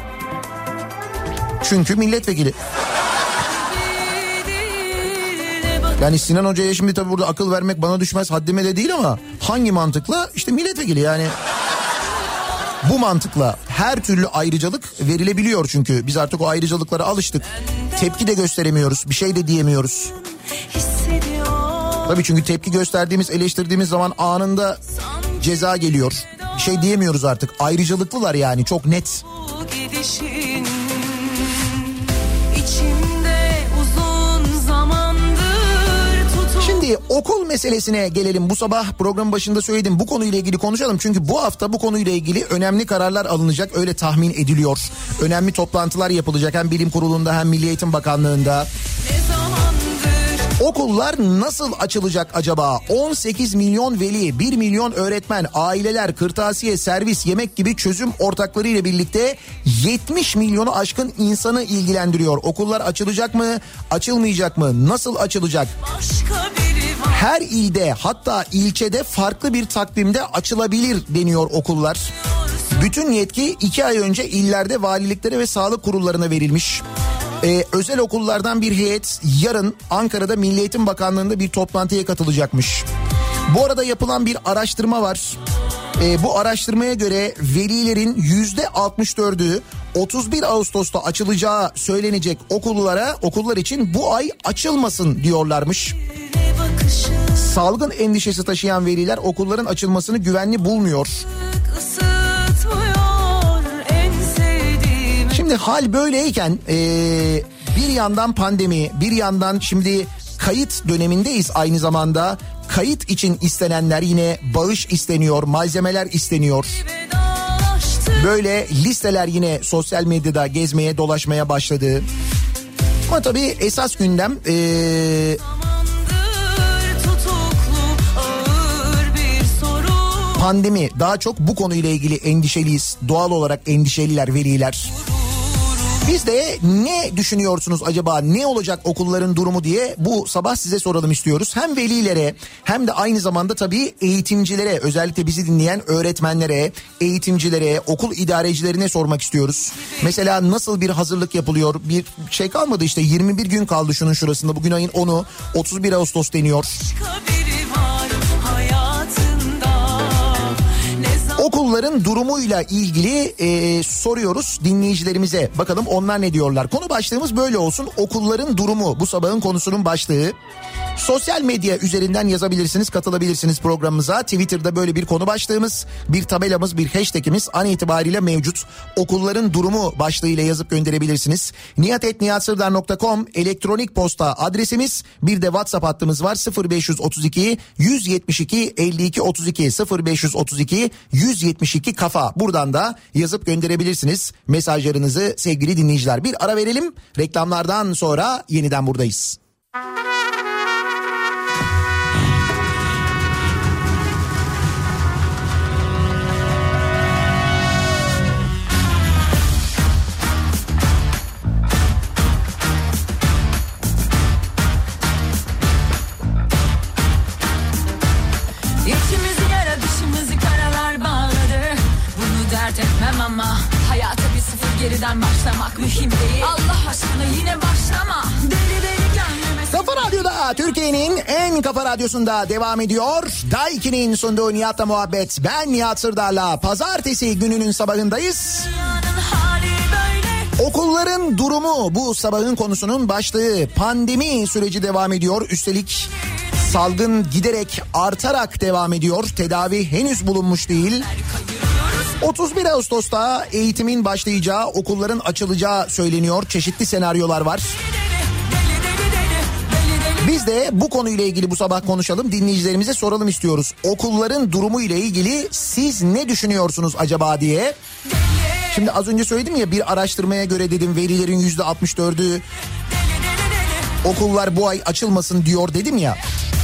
Çünkü milletvekili. Yani Sinan Hoca'ya şimdi tabii burada akıl vermek bana düşmez, haddime de değil, ama hangi mantıkla? İşte milletvekili yani. Bu mantıkla her türlü ayrıcalık verilebiliyor çünkü. Biz artık o ayrıcalıklara alıştık. Tepki de gösteremiyoruz, bir şey de diyemiyoruz. Tabii çünkü tepki gösterdiğimiz, eleştirdiğimiz zaman anında ceza geliyor. Bir şey diyemiyoruz artık. Ayrıcalıklılar yani, çok net. Şimdi okul meselesine gelelim. Bu sabah programın başında söyledim, bu konuyla ilgili konuşalım. Çünkü bu hafta bu konuyla ilgili önemli kararlar alınacak, öyle tahmin ediliyor. Önemli toplantılar yapılacak hem Bilim Kurulu'nda hem Milli Eğitim Bakanlığı'nda. Okullar nasıl açılacak acaba? on sekiz milyon veli, bir milyon öğretmen, aileler, kırtasiye, servis, yemek gibi çözüm ortakları ile birlikte yetmiş milyonu aşkın insanı ilgilendiriyor. Okullar açılacak mı? Açılmayacak mı? Nasıl açılacak? Her ilde, hatta ilçede farklı bir takvimde açılabilir deniyor okullar. Bütün yetki iki ay önce illerde valiliklere ve sağlık kurullarına verilmiş. Ee, özel okullardan bir heyet yarın Ankara'da Milli Eğitim Bakanlığı'nda bir toplantıya katılacakmış. Bu arada yapılan bir araştırma var. Ee, bu araştırmaya göre velilerin yüzde altmış dördü otuz bir Ağustos'ta açılacağı söylenecek okullara, okullar için bu ay açılmasın diyorlarmış. Salgın endişesi taşıyan veliler okulların açılmasını güvenli bulmuyor. Şimdi hal böyleyken ee, bir yandan pandemi, bir yandan şimdi kayıt dönemindeyiz aynı zamanda. Kayıt için istenenler, yine bağış isteniyor, malzemeler isteniyor. Böyle listeler yine sosyal medyada gezmeye, dolaşmaya başladı. Ama tabii esas gündem ee, pandemi. Daha çok bu konuyla ilgili endişeliyiz. Doğal olarak endişeliler veliler. Biz de ne düşünüyorsunuz acaba, ne olacak okulların durumu diye bu sabah size soralım istiyoruz. Hem velilere hem de aynı zamanda tabii eğitimcilere, özellikle bizi dinleyen öğretmenlere, eğitimcilere, okul idarecilerine sormak istiyoruz. Mesela nasıl bir hazırlık yapılıyor? Bir şey kalmadı işte, yirmi bir gün kaldı şunun şurasında. Bugün ayın onu, otuz bir Ağustos deniyor. Okulların durumuyla ilgili e, soruyoruz dinleyicilerimize. Bakalım onlar ne diyorlar. Konu başlığımız böyle olsun. Okulların durumu bu sabahın konusunun başlığı. Sosyal medya üzerinden yazabilirsiniz, katılabilirsiniz programımıza. Twitter'da böyle bir konu başlığımız, bir tabelamız, bir hashtagimiz an itibariyle mevcut. Okulların durumu başlığıyla yazıp gönderebilirsiniz. nihat et nihat sırdar nokta com elektronik posta adresimiz. Bir de WhatsApp hattımız var. sıfır beş otuz iki yüz yetmiş iki elli iki otuz iki sıfır beş otuz iki yüz yetmiş iki kafa. Buradan da yazıp gönderebilirsiniz mesajlarınızı sevgili dinleyiciler. Bir ara verelim. Reklamlardan sonra yeniden buradayız.
İçimizi yara dışımızı karalar bağladı. Bunu dert etmem ama hayata bir sıfır geriden başlamak mühim değil. Allah aşkına yine başlama. Deli deli gönlüme.
Kafa Radyo'da, Türkiye'nin en kafa radyosunda devam ediyor. Daiki'nin sunduğu Nihat'la muhabbet. Ben Nihat Sırdar'la pazartesi gününün sabahındayız. Okulların durumu bu sabahın konusunun başlığı. Pandemi süreci devam ediyor. Üstelik salgın giderek artarak devam ediyor. Tedavi henüz bulunmuş değil. otuz bir Ağustos'ta eğitimin başlayacağı, okulların açılacağı söyleniyor. Çeşitli senaryolar var. Biz de bu konuyla ilgili bu sabah konuşalım, dinleyicilerimize soralım istiyoruz. Okulların durumu ile ilgili siz ne düşünüyorsunuz acaba diye. Şimdi az önce söyledim ya, bir araştırmaya göre dedim velilerin yüzde altmış dördü okullar bu ay açılmasın diyor dedim ya.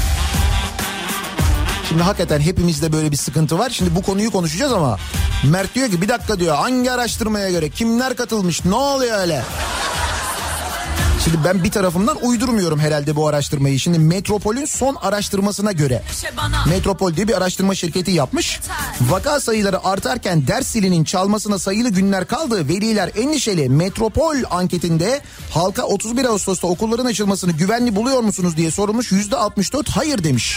Şimdi hakikaten hepimizde böyle bir sıkıntı var. Şimdi bu konuyu konuşacağız ama Mert diyor ki bir dakika diyor, hangi araştırmaya göre, kimler katılmış, ne oluyor öyle? Şimdi ben bir tarafımdan uydurmuyorum herhalde bu araştırmayı. Şimdi Metropol'ün son araştırmasına göre, Metropol diye bir araştırma şirketi yapmış. Vaka sayıları artarken ders zilinin çalmasına sayılı günler kaldı. Veliler endişeli. Metropol anketinde halka otuz bir Ağustos'ta okulların açılmasını güvenli buluyor musunuz diye sorulmuş. yüzde altmış dört hayır demiş.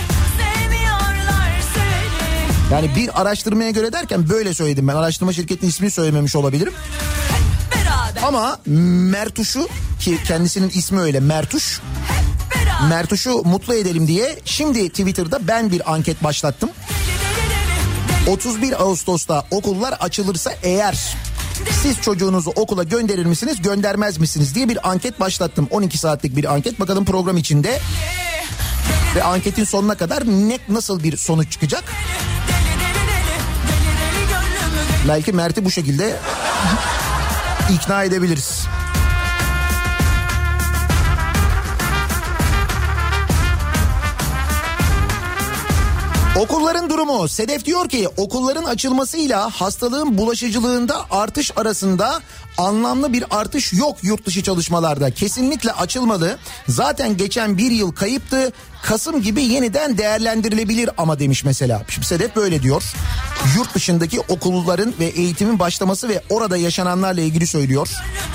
Yani bir araştırmaya göre derken böyle söyledim ben. Araştırma şirketinin ismini söylememiş olabilirim. Ama Mertuş'u, ki kendisinin ismi öyle, Mertuş. Mertuş'u mutlu edelim diye şimdi Twitter'da ben bir anket başlattım. otuz bir Ağustos'ta okullar açılırsa eğer siz çocuğunuzu okula gönderir misiniz, göndermez misiniz diye bir anket başlattım. on iki saatlik bir anket, bakalım program içinde ve anketin sonuna kadar ne, nasıl bir sonuç çıkacak. Belki Mert'i bu şekilde ikna edebiliriz. Okulların durumu. Sedef diyor ki okulların açılmasıyla hastalığın bulaşıcılığında artış arasında anlamlı bir artış yok yurt dışı çalışmalarda. Kesinlikle açılmalı. Zaten geçen bir yıl kayıptı. Kasım gibi yeniden değerlendirilebilir ama demiş mesela. Şimdi Sedef böyle diyor. Yurt dışındaki okulların ve eğitimin başlaması ve orada yaşananlarla ilgili söylüyor.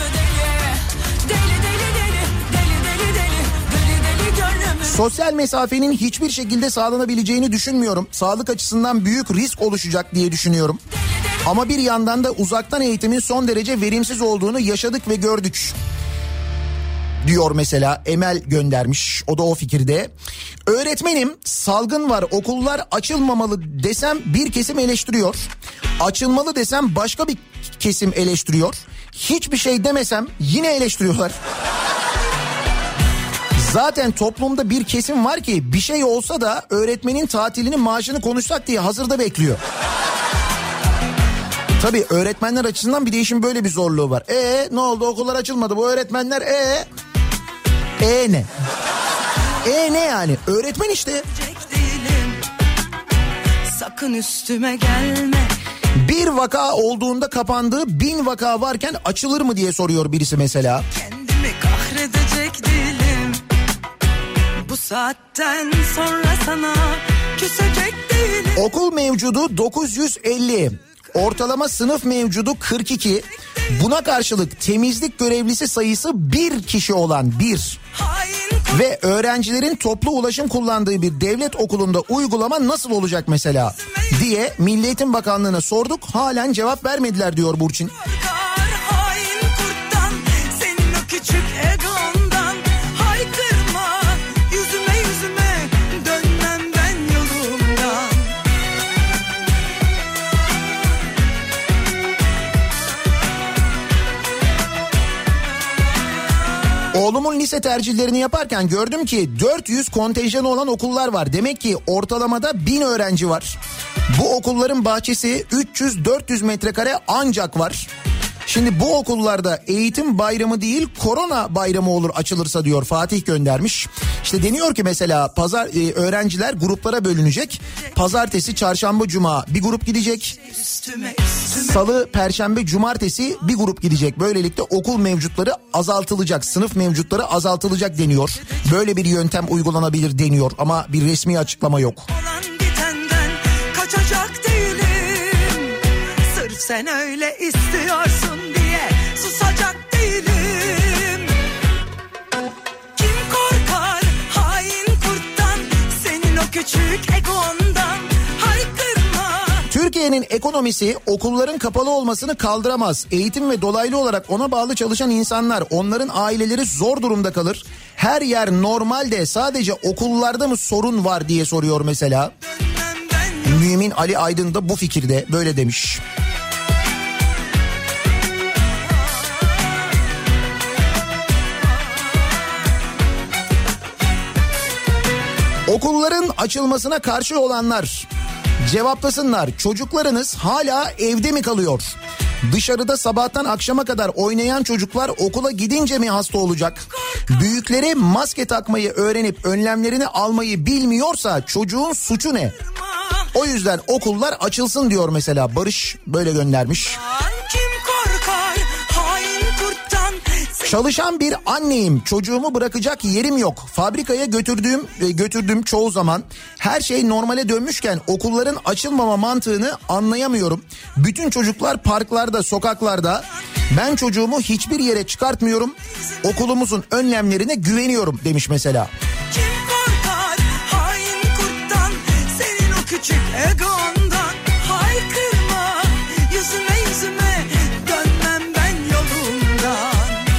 Sosyal mesafenin hiçbir şekilde sağlanabileceğini düşünmüyorum. Sağlık açısından büyük risk oluşacak diye düşünüyorum. Ama bir yandan da uzaktan eğitimin son derece verimsiz olduğunu yaşadık ve gördük. Diyor mesela, Emel göndermiş, o da o fikirde. Öğretmenim, salgın var, okullar açılmamalı desem bir kesim eleştiriyor. Açılmalı desem başka bir kesim eleştiriyor. Hiçbir şey demesem yine eleştiriyorlar. Zaten toplumda bir kesim var ki bir şey olsa da öğretmenin tatilinin maaşını konuşsak diye hazırda bekliyor. Tabii öğretmenler açısından bir değişim, böyle bir zorluğu var. E ne oldu, okullar açılmadı, bu öğretmenler e e ne? E ne yani? Öğretmen işte.
Sakın üstüme gelme.
Bir vaka olduğunda kapandığı bin vaka varken açılır mı diye soruyor birisi mesela.
Kendimi kahredecek değilim. Bu saatten sonra sana küsecek değilim.
Okul mevcudu dokuz yüz elli. Ortalama sınıf mevcudu kırk iki. Buna karşılık temizlik görevlisi sayısı bir kişi olan bir. Ve öğrencilerin toplu ulaşım kullandığı bir devlet okulunda uygulama nasıl olacak mesela diye Milli Eğitim Bakanlığı'na sorduk. Halen cevap vermediler diyor Burçin. Yüzüme Oğlumun lise tercihlerini yaparken gördüm ki dört yüz kontenjanı olan okullar var. Demek ki ortalamada bin öğrenci var. Bu okulların bahçesi üç yüz dört yüz metrekare ancak var. Şimdi bu okullarda eğitim bayramı değil korona bayramı olur açılırsa diyor, Fatih göndermiş. İşte deniyor ki mesela pazar e, öğrenciler gruplara bölünecek. Pazartesi, çarşamba, cuma bir grup gidecek. Salı, perşembe, cumartesi bir grup gidecek. Böylelikle okul mevcutları azaltılacak, sınıf mevcutları azaltılacak deniyor. Böyle bir yöntem uygulanabilir deniyor ama bir resmi açıklama yok.
Kaçacak değilim. Sırf sen öyle istiyorsun diye susacak değilim. Kim korkar hain kurttan, senin o küçük egondan, haykırma.
Türkiye'nin ekonomisi okulların kapalı olmasını kaldıramaz. Eğitim ve dolaylı olarak ona bağlı çalışan insanlar, onların aileleri zor durumda kalır. Her yer normalde, sadece okullarda mı sorun var diye soruyor mesela. Mümin Ali Aydın da bu fikirde, böyle demiş. Okulların açılmasına karşı olanlar cevaplasınlar. Çocuklarınız hala evde mi kalıyor? Dışarıda sabahtan akşama kadar oynayan çocuklar okula gidince mi hasta olacak? Büyükleri maske takmayı öğrenip önlemlerini almayı bilmiyorsa çocuğun suçu ne? O yüzden okullar açılsın diyor mesela. Barış böyle göndermiş.
Kim korkar hain kurttan?
Çalışan bir anneyim, çocuğumu bırakacak yerim yok. Fabrikaya götürdüğüm götürdüğüm çoğu zaman her şey normale dönmüşken okulların açılmama mantığını anlayamıyorum. Bütün çocuklar parklarda, sokaklarda. Ben çocuğumu hiçbir yere çıkartmıyorum. Okulumuzun önlemlerine güveniyorum demiş mesela.
Kim korkar hain kurttan, senin o küçük egondan, haykırma yüzüme yüzüme, dönmem ben yolumdan.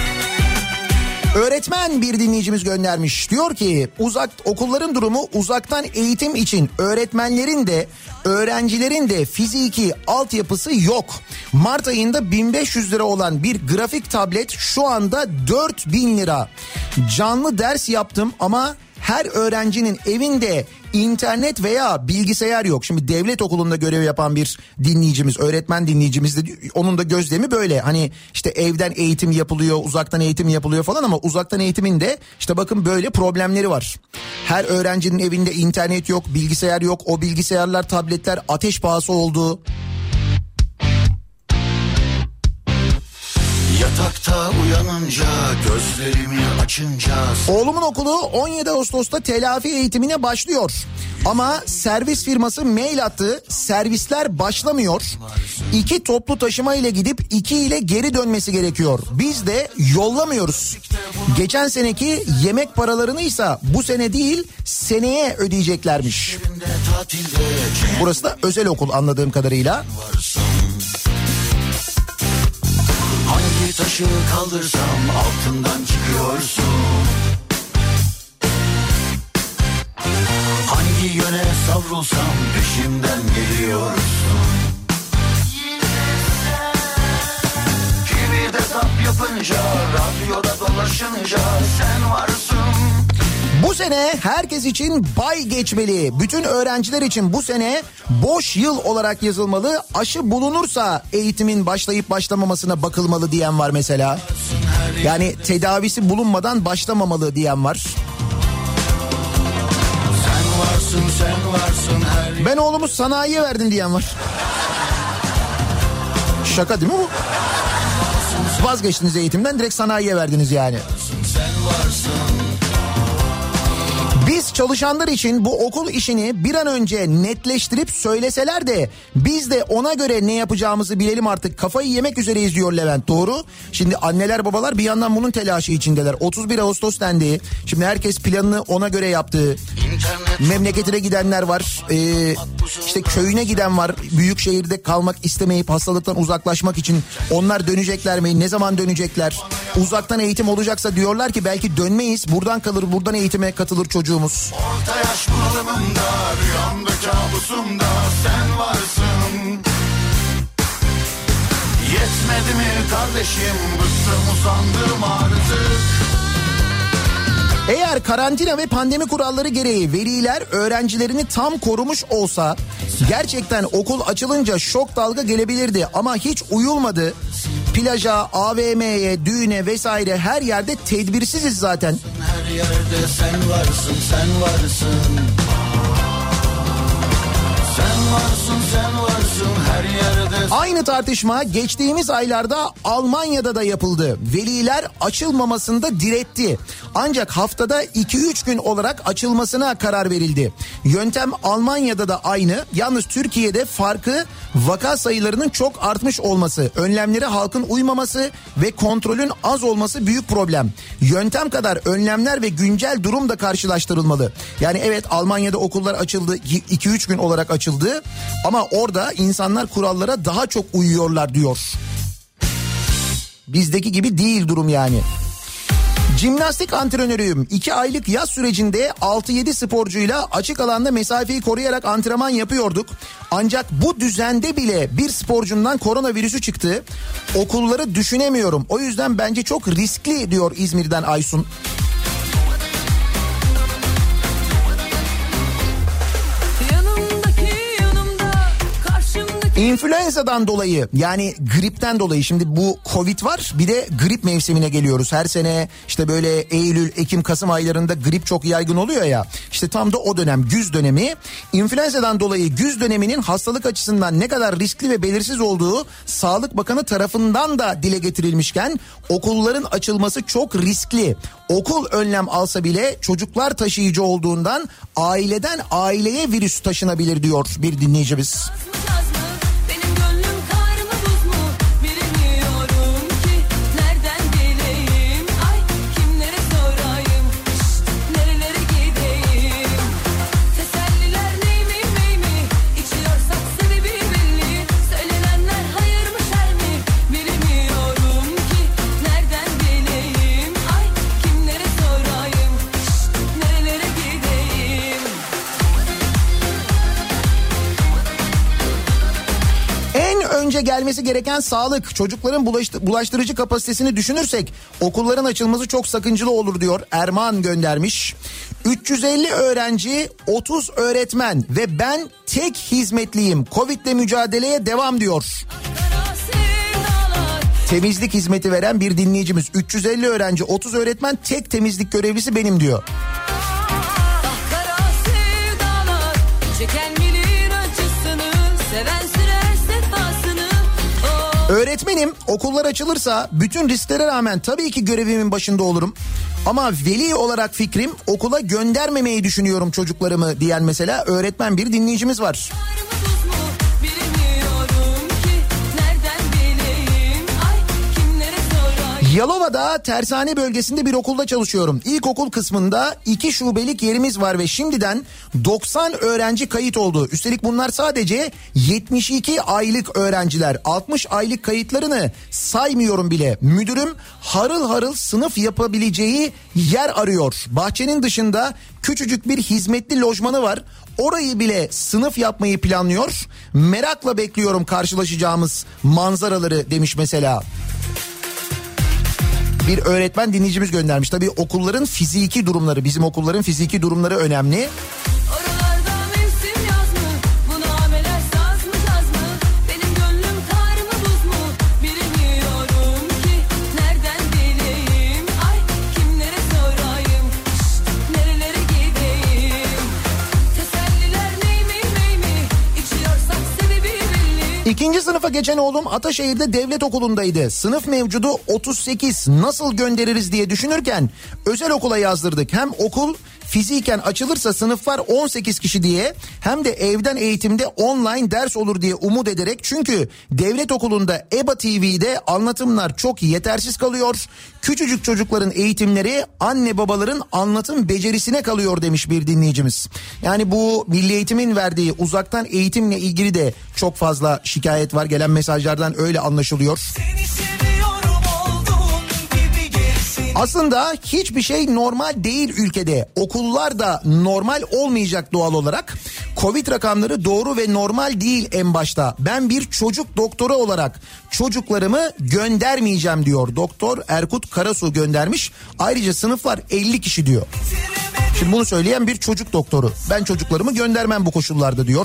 Öğretmen bir dinleyicimiz göndermiş. Diyor ki uzak okulların durumu, uzaktan eğitim için öğretmenlerin de öğrencilerin de fiziki altyapısı yok. Mart ayında bin beş yüz lira olan bir grafik tablet şu anda dört bin lira. Canlı ders yaptım ama her öğrencinin evinde internet veya bilgisayar yok. Şimdi devlet okulunda görev yapan bir dinleyicimiz, öğretmen dinleyicimiz de, onun da gözlemi böyle. Hani işte evden eğitim yapılıyor, uzaktan eğitim yapılıyor falan ama uzaktan eğitimin de işte bakın böyle problemleri var. Her öğrencinin evinde internet yok, bilgisayar yok. O bilgisayarlar, tabletler ateş pahası oldu.
Yatakta uyanınca, gözlerimi açınca.
Oğlumun okulu on yedi Ağustos'ta telafi eğitimine başlıyor. Ama servis firması mail attı, servisler başlamıyor. İki toplu taşıma ile gidip iki ile geri dönmesi gerekiyor. Biz de yollamıyoruz. Geçen seneki yemek paralarını ise bu sene değil seneye ödeyeceklermiş. Burası da özel okul anladığım kadarıyla.
Hangi taşı kaldırsam altından çıkıyorsun. Hangi yöne savrulsam peşimden geliyorsun. Kimi de tap yapınca, radyoda dolaşınca sen varsın.
Bu sene herkes için bay geçmeli. Bütün öğrenciler için bu sene boş yıl olarak yazılmalı. Aşı bulunursa eğitimin başlayıp başlamamasına bakılmalı diyen var mesela. Yani tedavisi bulunmadan başlamamalı diyen var.
Sen varsın, sen varsın her...
Ben oğlumu sanayiye verdim diyen var. Şaka değil mi bu? Vazgeçtiniz eğitimden, direkt sanayiye verdiniz yani.
Sen varsın.
Biz çalışanlar için bu okul işini bir an önce netleştirip söyleseler de biz de ona göre ne yapacağımızı bilelim artık. Kafayı yemek üzereyiz diyor Levent. Doğru. Şimdi anneler babalar bir yandan bunun telaşı içindeler. otuz bir Ağustos dendi. Şimdi herkes planını ona göre yaptı. Memleketine gidenler var. Ee, işte köyüne giden var. Büyük şehirde kalmak istemeyip hastalıktan uzaklaşmak için. Onlar dönecekler mi? Ne zaman dönecekler? Uzaktan eğitim olacaksa diyorlar ki belki dönmeyiz. Buradan kalır, buradan eğitime katılır çocuğumuz.
Orta yaş bunalımımda, rüyamda kabusumda sen varsın. Yetmedi mi kardeşim, bıktım usandım artık.
Eğer karantina ve pandemi kuralları gereği veliler öğrencilerini tam korumuş olsa gerçekten okul açılınca şok dalga gelebilirdi ama hiç uyulmadı. Plaja, A V M'ye, düğüne vesaire her yerde tedbirsiziz zaten.
Her yerde sen varsın, sen varsın. Sen varsın, sen varsın her yerde.
Aynı tartışma geçtiğimiz aylarda Almanya'da da yapıldı. Veliler açılmamasında diretti. Ancak haftada iki üç gün olarak açılmasına karar verildi. Yöntem Almanya'da da aynı. Yalnız Türkiye'de farkı vaka sayılarının çok artmış olması, önlemlere halkın uymaması ve kontrolün az olması büyük problem. Yöntem kadar önlemler ve güncel durum da karşılaştırılmalı. Yani evet, Almanya'da okullar açıldı, iki üç gün olarak açıldı ama orada insanlar kurallara daha çok uyuyorlar diyor. Bizdeki gibi değil durum yani. Jimnastik antrenörüyüm. iki aylık yaz sürecinde altı yedi sporcuyla açık alanda mesafeyi koruyarak antrenman yapıyorduk. Ancak bu düzende bile bir sporcundan koronavirüsü çıktı. Okulları düşünemiyorum. O yüzden bence çok riskli diyor İzmir'den Aysun. İnfluenza'dan dolayı, yani gripten dolayı, şimdi bu Covid var, bir de grip mevsimine geliyoruz. Her sene işte böyle Eylül, Ekim, Kasım aylarında grip çok yaygın oluyor ya. İşte tam da o dönem, güz dönemi. İnfluenza'dan dolayı güz döneminin hastalık açısından ne kadar riskli ve belirsiz olduğu Sağlık Bakanı tarafından da dile getirilmişken okulların açılması çok riskli. Okul önlem alsa bile çocuklar taşıyıcı olduğundan aileden aileye virüs taşınabilir diyor bir dinleyicimiz. Önce gelmesi gereken sağlık. Çocukların bulaştırıcı kapasitesini düşünürsek okulların açılması çok sakıncalı olur diyor. Erman göndermiş. üç yüz elli öğrenci, otuz öğretmen ve ben tek hizmetliyim. Covid'le mücadeleye devam diyor. Temizlik hizmeti veren bir dinleyicimiz. üç yüz elli öğrenci, otuz öğretmen, tek temizlik görevlisi benim diyor. Öğretmenim, okullar açılırsa bütün risklere rağmen tabii ki görevimin başında olurum. Ama veli olarak fikrim okula göndermemeyi düşünüyorum çocuklarımı diyen mesela öğretmen bir dinleyicimiz var. Yalova'da Tersane bölgesinde bir okulda çalışıyorum. İlkokul kısmında iki şubelik yerimiz var ve şimdiden doksan öğrenci kayıt oldu. Üstelik bunlar sadece yetmiş iki aylık öğrenciler. altmış aylık kayıtlarını saymıyorum bile. Müdürüm harıl harıl sınıf yapabileceği yer arıyor. Bahçenin dışında küçücük bir hizmetli lojmanı var. Orayı bile sınıf yapmayı planlıyor. Merakla bekliyorum karşılaşacağımız manzaraları demiş mesela. Bir öğretmen dinleyicimiz göndermiş. Tabii okulların fiziki durumları, bizim okulların fiziki durumları önemli. İkinci sınıfa geçen oğlum Ataşehir'de devlet okulundaydı. Sınıf mevcudu otuz sekiz. Nasıl göndeririz diye düşünürken özel okula yazdırdık. Hem okul fiziken açılırsa sınıflar on sekiz kişi diye, hem de evden eğitimde online ders olur diye umut ederek. Çünkü devlet okulunda E B A T V'de anlatımlar çok yetersiz kalıyor. Küçücük çocukların eğitimleri anne babaların anlatım becerisine kalıyor demiş bir dinleyicimiz. Yani bu Milli Eğitim'in verdiği uzaktan eğitimle ilgili de çok fazla şikayet var. Gelen mesajlardan öyle anlaşılıyor. Aslında hiçbir şey normal değil ülkede. Okullar da normal olmayacak doğal olarak. Covid rakamları doğru ve normal değil en başta. Ben bir çocuk doktoru olarak çocuklarımı göndermeyeceğim diyor. Doktor Erkut Karasu göndermiş. Ayrıca sınıflar elli kişi diyor. Şimdi bunu söyleyen bir çocuk doktoru. Ben çocuklarımı göndermem bu koşullarda diyor.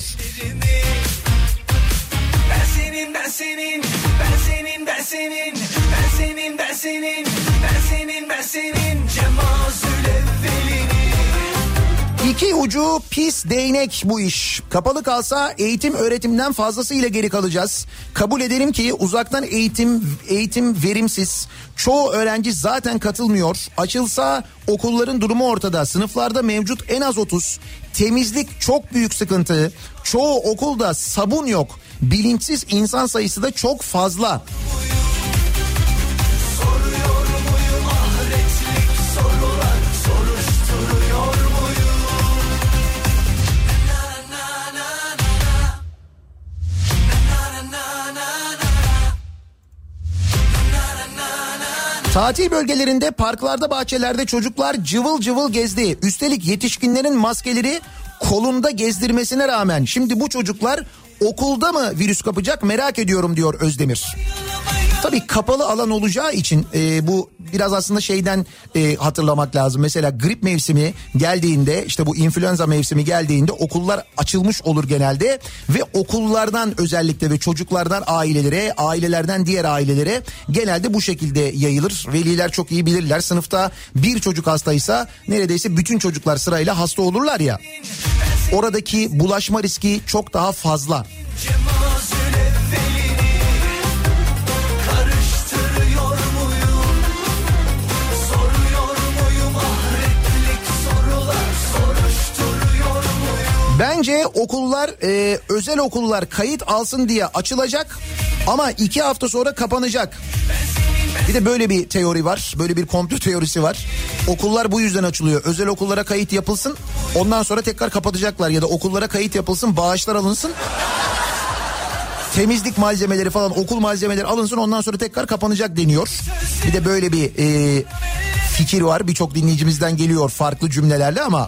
Ben senin, ben senin, ben senin, ben senin, ben senin, ben senin, ben senin, ben senin, Cemazül evvelini.
İki ucu pis değnek bu iş. Kapalı kalsa eğitim öğretimden fazlasıyla geri kalacağız. Kabul edelim ki uzaktan eğitim eğitim verimsiz. Çoğu öğrenci zaten katılmıyor. Açılsa okulların durumu ortada. Sınıflarda mevcut en az otuz. Temizlik çok büyük sıkıntı. Çoğu okulda sabun yok. Bilinçsiz insan sayısı da çok fazla. Tatil bölgelerinde, parklarda, bahçelerde çocuklar cıvıl cıvıl gezdi. Üstelik yetişkinlerin maskeleri kolunda gezdirmesine rağmen şimdi bu çocuklar okulda mı virüs kapacak merak ediyorum diyor Özdemir. Tabii kapalı alan olacağı için e, bu biraz aslında şeyden e, hatırlamak lazım. Mesela grip mevsimi geldiğinde, işte bu influenza mevsimi geldiğinde okullar açılmış olur genelde ve okullardan özellikle ve çocuklardan ailelere, ailelerden diğer ailelere genelde bu şekilde yayılır. Veliler çok iyi bilirler. Sınıfta bir çocuk hastaysa neredeyse bütün çocuklar sırayla hasta olurlar ya. Oradaki bulaşma riski çok daha fazla. Bence okullar, e, özel okullar kayıt alsın diye açılacak ama iki hafta sonra kapanacak. Bir de böyle bir teori var, böyle bir komplo teorisi var. Okullar bu yüzden açılıyor. Özel okullara kayıt yapılsın, ondan sonra tekrar kapatacaklar ya da okullara kayıt yapılsın, bağışlar alınsın. Temizlik malzemeleri falan, okul malzemeleri alınsın, ondan sonra tekrar kapanacak deniyor. Bir de böyle bir e, fikir var, birçok dinleyicimizden geliyor farklı cümlelerle ama...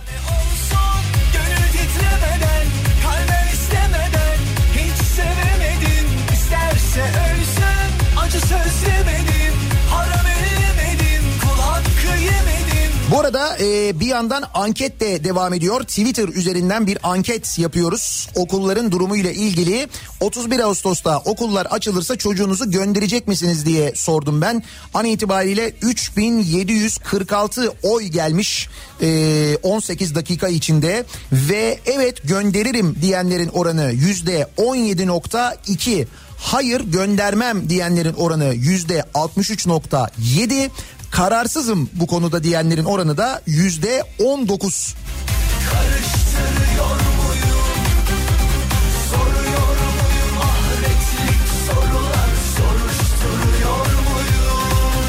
Bu arada e, bir yandan anket de devam ediyor. Twitter üzerinden bir anket yapıyoruz. Okulların durumuyla ilgili otuz bir Ağustos'ta okullar açılırsa çocuğunuzu gönderecek misiniz diye sordum ben. An itibariyle üç bin yedi yüz kırk altı oy gelmiş e, on sekiz dakika içinde. Ve evet gönderirim diyenlerin oranı yüzde on yedi nokta iki. Hayır göndermem diyenlerin oranı yüzde altmış üç nokta yedi. Kararsızım bu konuda diyenlerin oranı da yüzde on dokuz.
Karıştırıyor muyum? Soruyor muyum? Ahretlik sorular soruşturuyor muyum?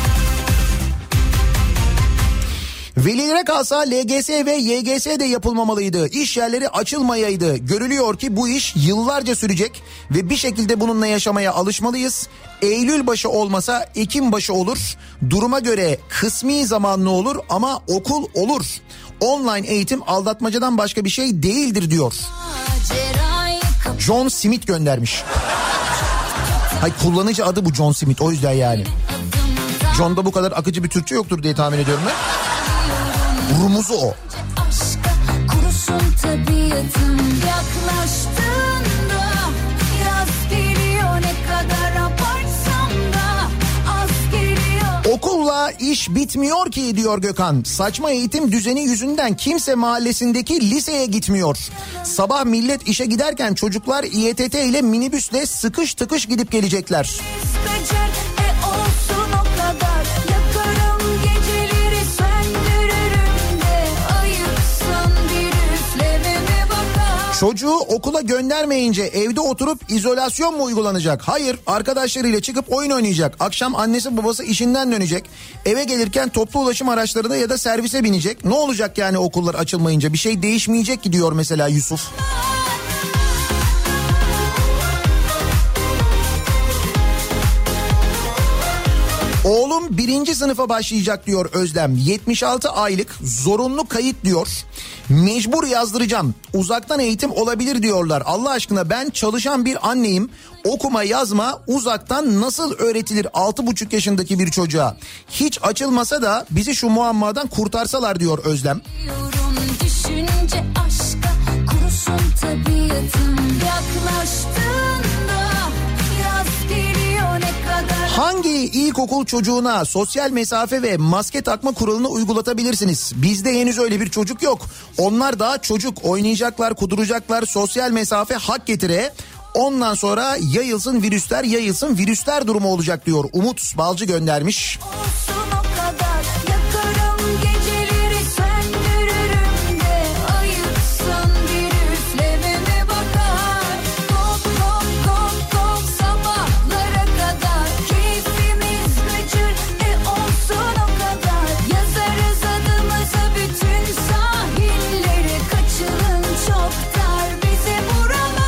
Velilere kalsa L G S ve Y G S de yapılmamalıydı. İş yerleri açılmayaydı. Görülüyor ki bu iş yıllarca sürecek ve bir şekilde bununla yaşamaya alışmalıyız. Eylül başı olmasa Ekim başı olur. Duruma göre kısmi zamanlı olur ama okul olur. Online eğitim aldatmacadan başka bir şey değildir diyor. John Smith göndermiş. Hay kullanıcı adı bu John Smith, o yüzden yani. John'da bu kadar akıcı bir Türkçe yoktur diye tahmin ediyorum ben. Rumuzu o.
Aşka kurusun tabiatım yaklaştığında yaz geliyor ne kadar abartsam da az geliyor.
Okulla iş bitmiyor ki diyor Gökhan. Saçma eğitim düzeni yüzünden kimse mahallesindeki liseye gitmiyor. Sabah millet işe giderken çocuklar İ E T T ile minibüsle sıkış tıkış gidip gelecekler.
Sıkacak e olsun o kadar yakarım geceleri söndürürüm de ayıpsın bir üflememe bakar.
Çocuğu okula göndermeyince evde oturup izolasyon mu uygulanacak? Hayır, arkadaşlarıyla çıkıp oyun oynayacak. Akşam annesi babası işinden dönecek. Eve gelirken toplu ulaşım araçlarına ya da servise binecek. Ne olacak yani okullar açılmayınca? Bir şey değişmeyecek ki diyor mesela Yusuf. Oğlum bir birinci sınıfa başlayacak diyor Özlem. yetmiş altı aylık zorunlu kayıt diyor. Mecbur yazdıracağım. Uzaktan eğitim olabilir diyorlar. Allah aşkına ben çalışan bir anneyim. Okuma yazma uzaktan nasıl öğretilir altı buçuk yaşındaki bir çocuğa? Hiç açılmasa da bizi şu muammadan kurtarsalar diyor Özlem.
Düşünce aşka kurusun tabiatım. Yaklaştığında yaz geliyor ne kadar.
Hangi ilkokul çocuğuna sosyal mesafe ve maske takma kuralını uygulatabilirsiniz? Bizde henüz öyle bir çocuk yok. Onlar daha çocuk, oynayacaklar, kuduracaklar, sosyal mesafe hak getire. Ondan sonra yayılsın virüsler, yayılsın virüsler durumu olacak diyor. Umut Balcı göndermiş.
Olsun o kadar yakarım geceleri söndürürüm de ayıpsın virüslememe bakar. Kop kop kop kop sabahlara kadar keyfimiz kaçır e olsun o kadar. Yazarız adımıza bütün sahillere kaçılın çok dar bize buralar.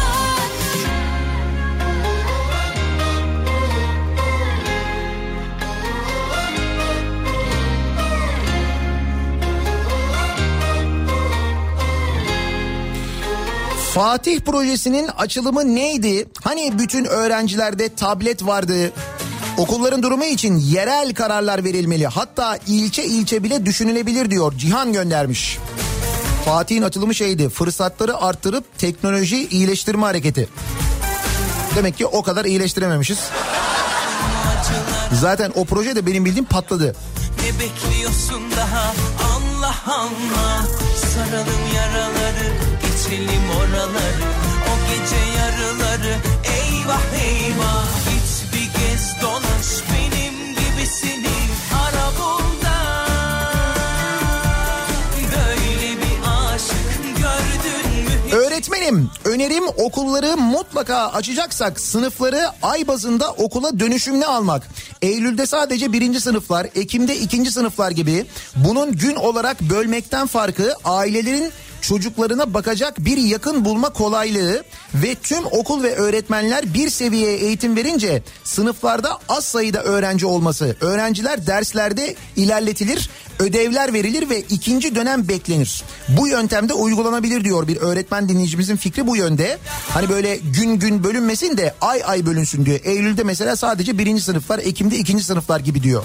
Fatih projesinin açılımı neydi? Hani bütün öğrencilerde tablet vardı. Okulların durumu için yerel kararlar verilmeli. Hatta ilçe ilçe bile düşünülebilir diyor. Cihan göndermiş. Fatih'in açılımı şeydi. Fırsatları arttırıp teknoloji iyileştirme hareketi. Demek ki o kadar iyileştirememişiz. Zaten o proje de benim bildiğim patladı.
Ne bekliyorsun daha Allah Allah. Saralım yaraları, geçelim oraları, o gece yarıları. Eyvah eyvah, git bir gez dolaş benim gibisini ara bul da. Böyle bir aşık gördün mü?
Öğretmenim, önerim okulları mutlaka açacaksak sınıfları ay bazında okula dönüşümlü almak. Eylül'de sadece birinci sınıflar, Ekim'de ikinci sınıflar gibi. Bunun gün olarak bölmekten farkı ailelerin çocuklarına bakacak bir yakın bulma kolaylığı ve tüm okul ve öğretmenler bir seviyeye eğitim verince sınıflarda az sayıda öğrenci olması. Öğrenciler derslerde ilerletilir, ödevler verilir ve ikinci dönem beklenir. Bu yöntemde uygulanabilir diyor bir öğretmen dinleyicimizin fikri bu yönde. Hani böyle gün gün bölünmesin de ay ay bölünsün diyor. Eylül'de mesela sadece birinci sınıflar, Ekim'de ikinci sınıflar gibi diyor.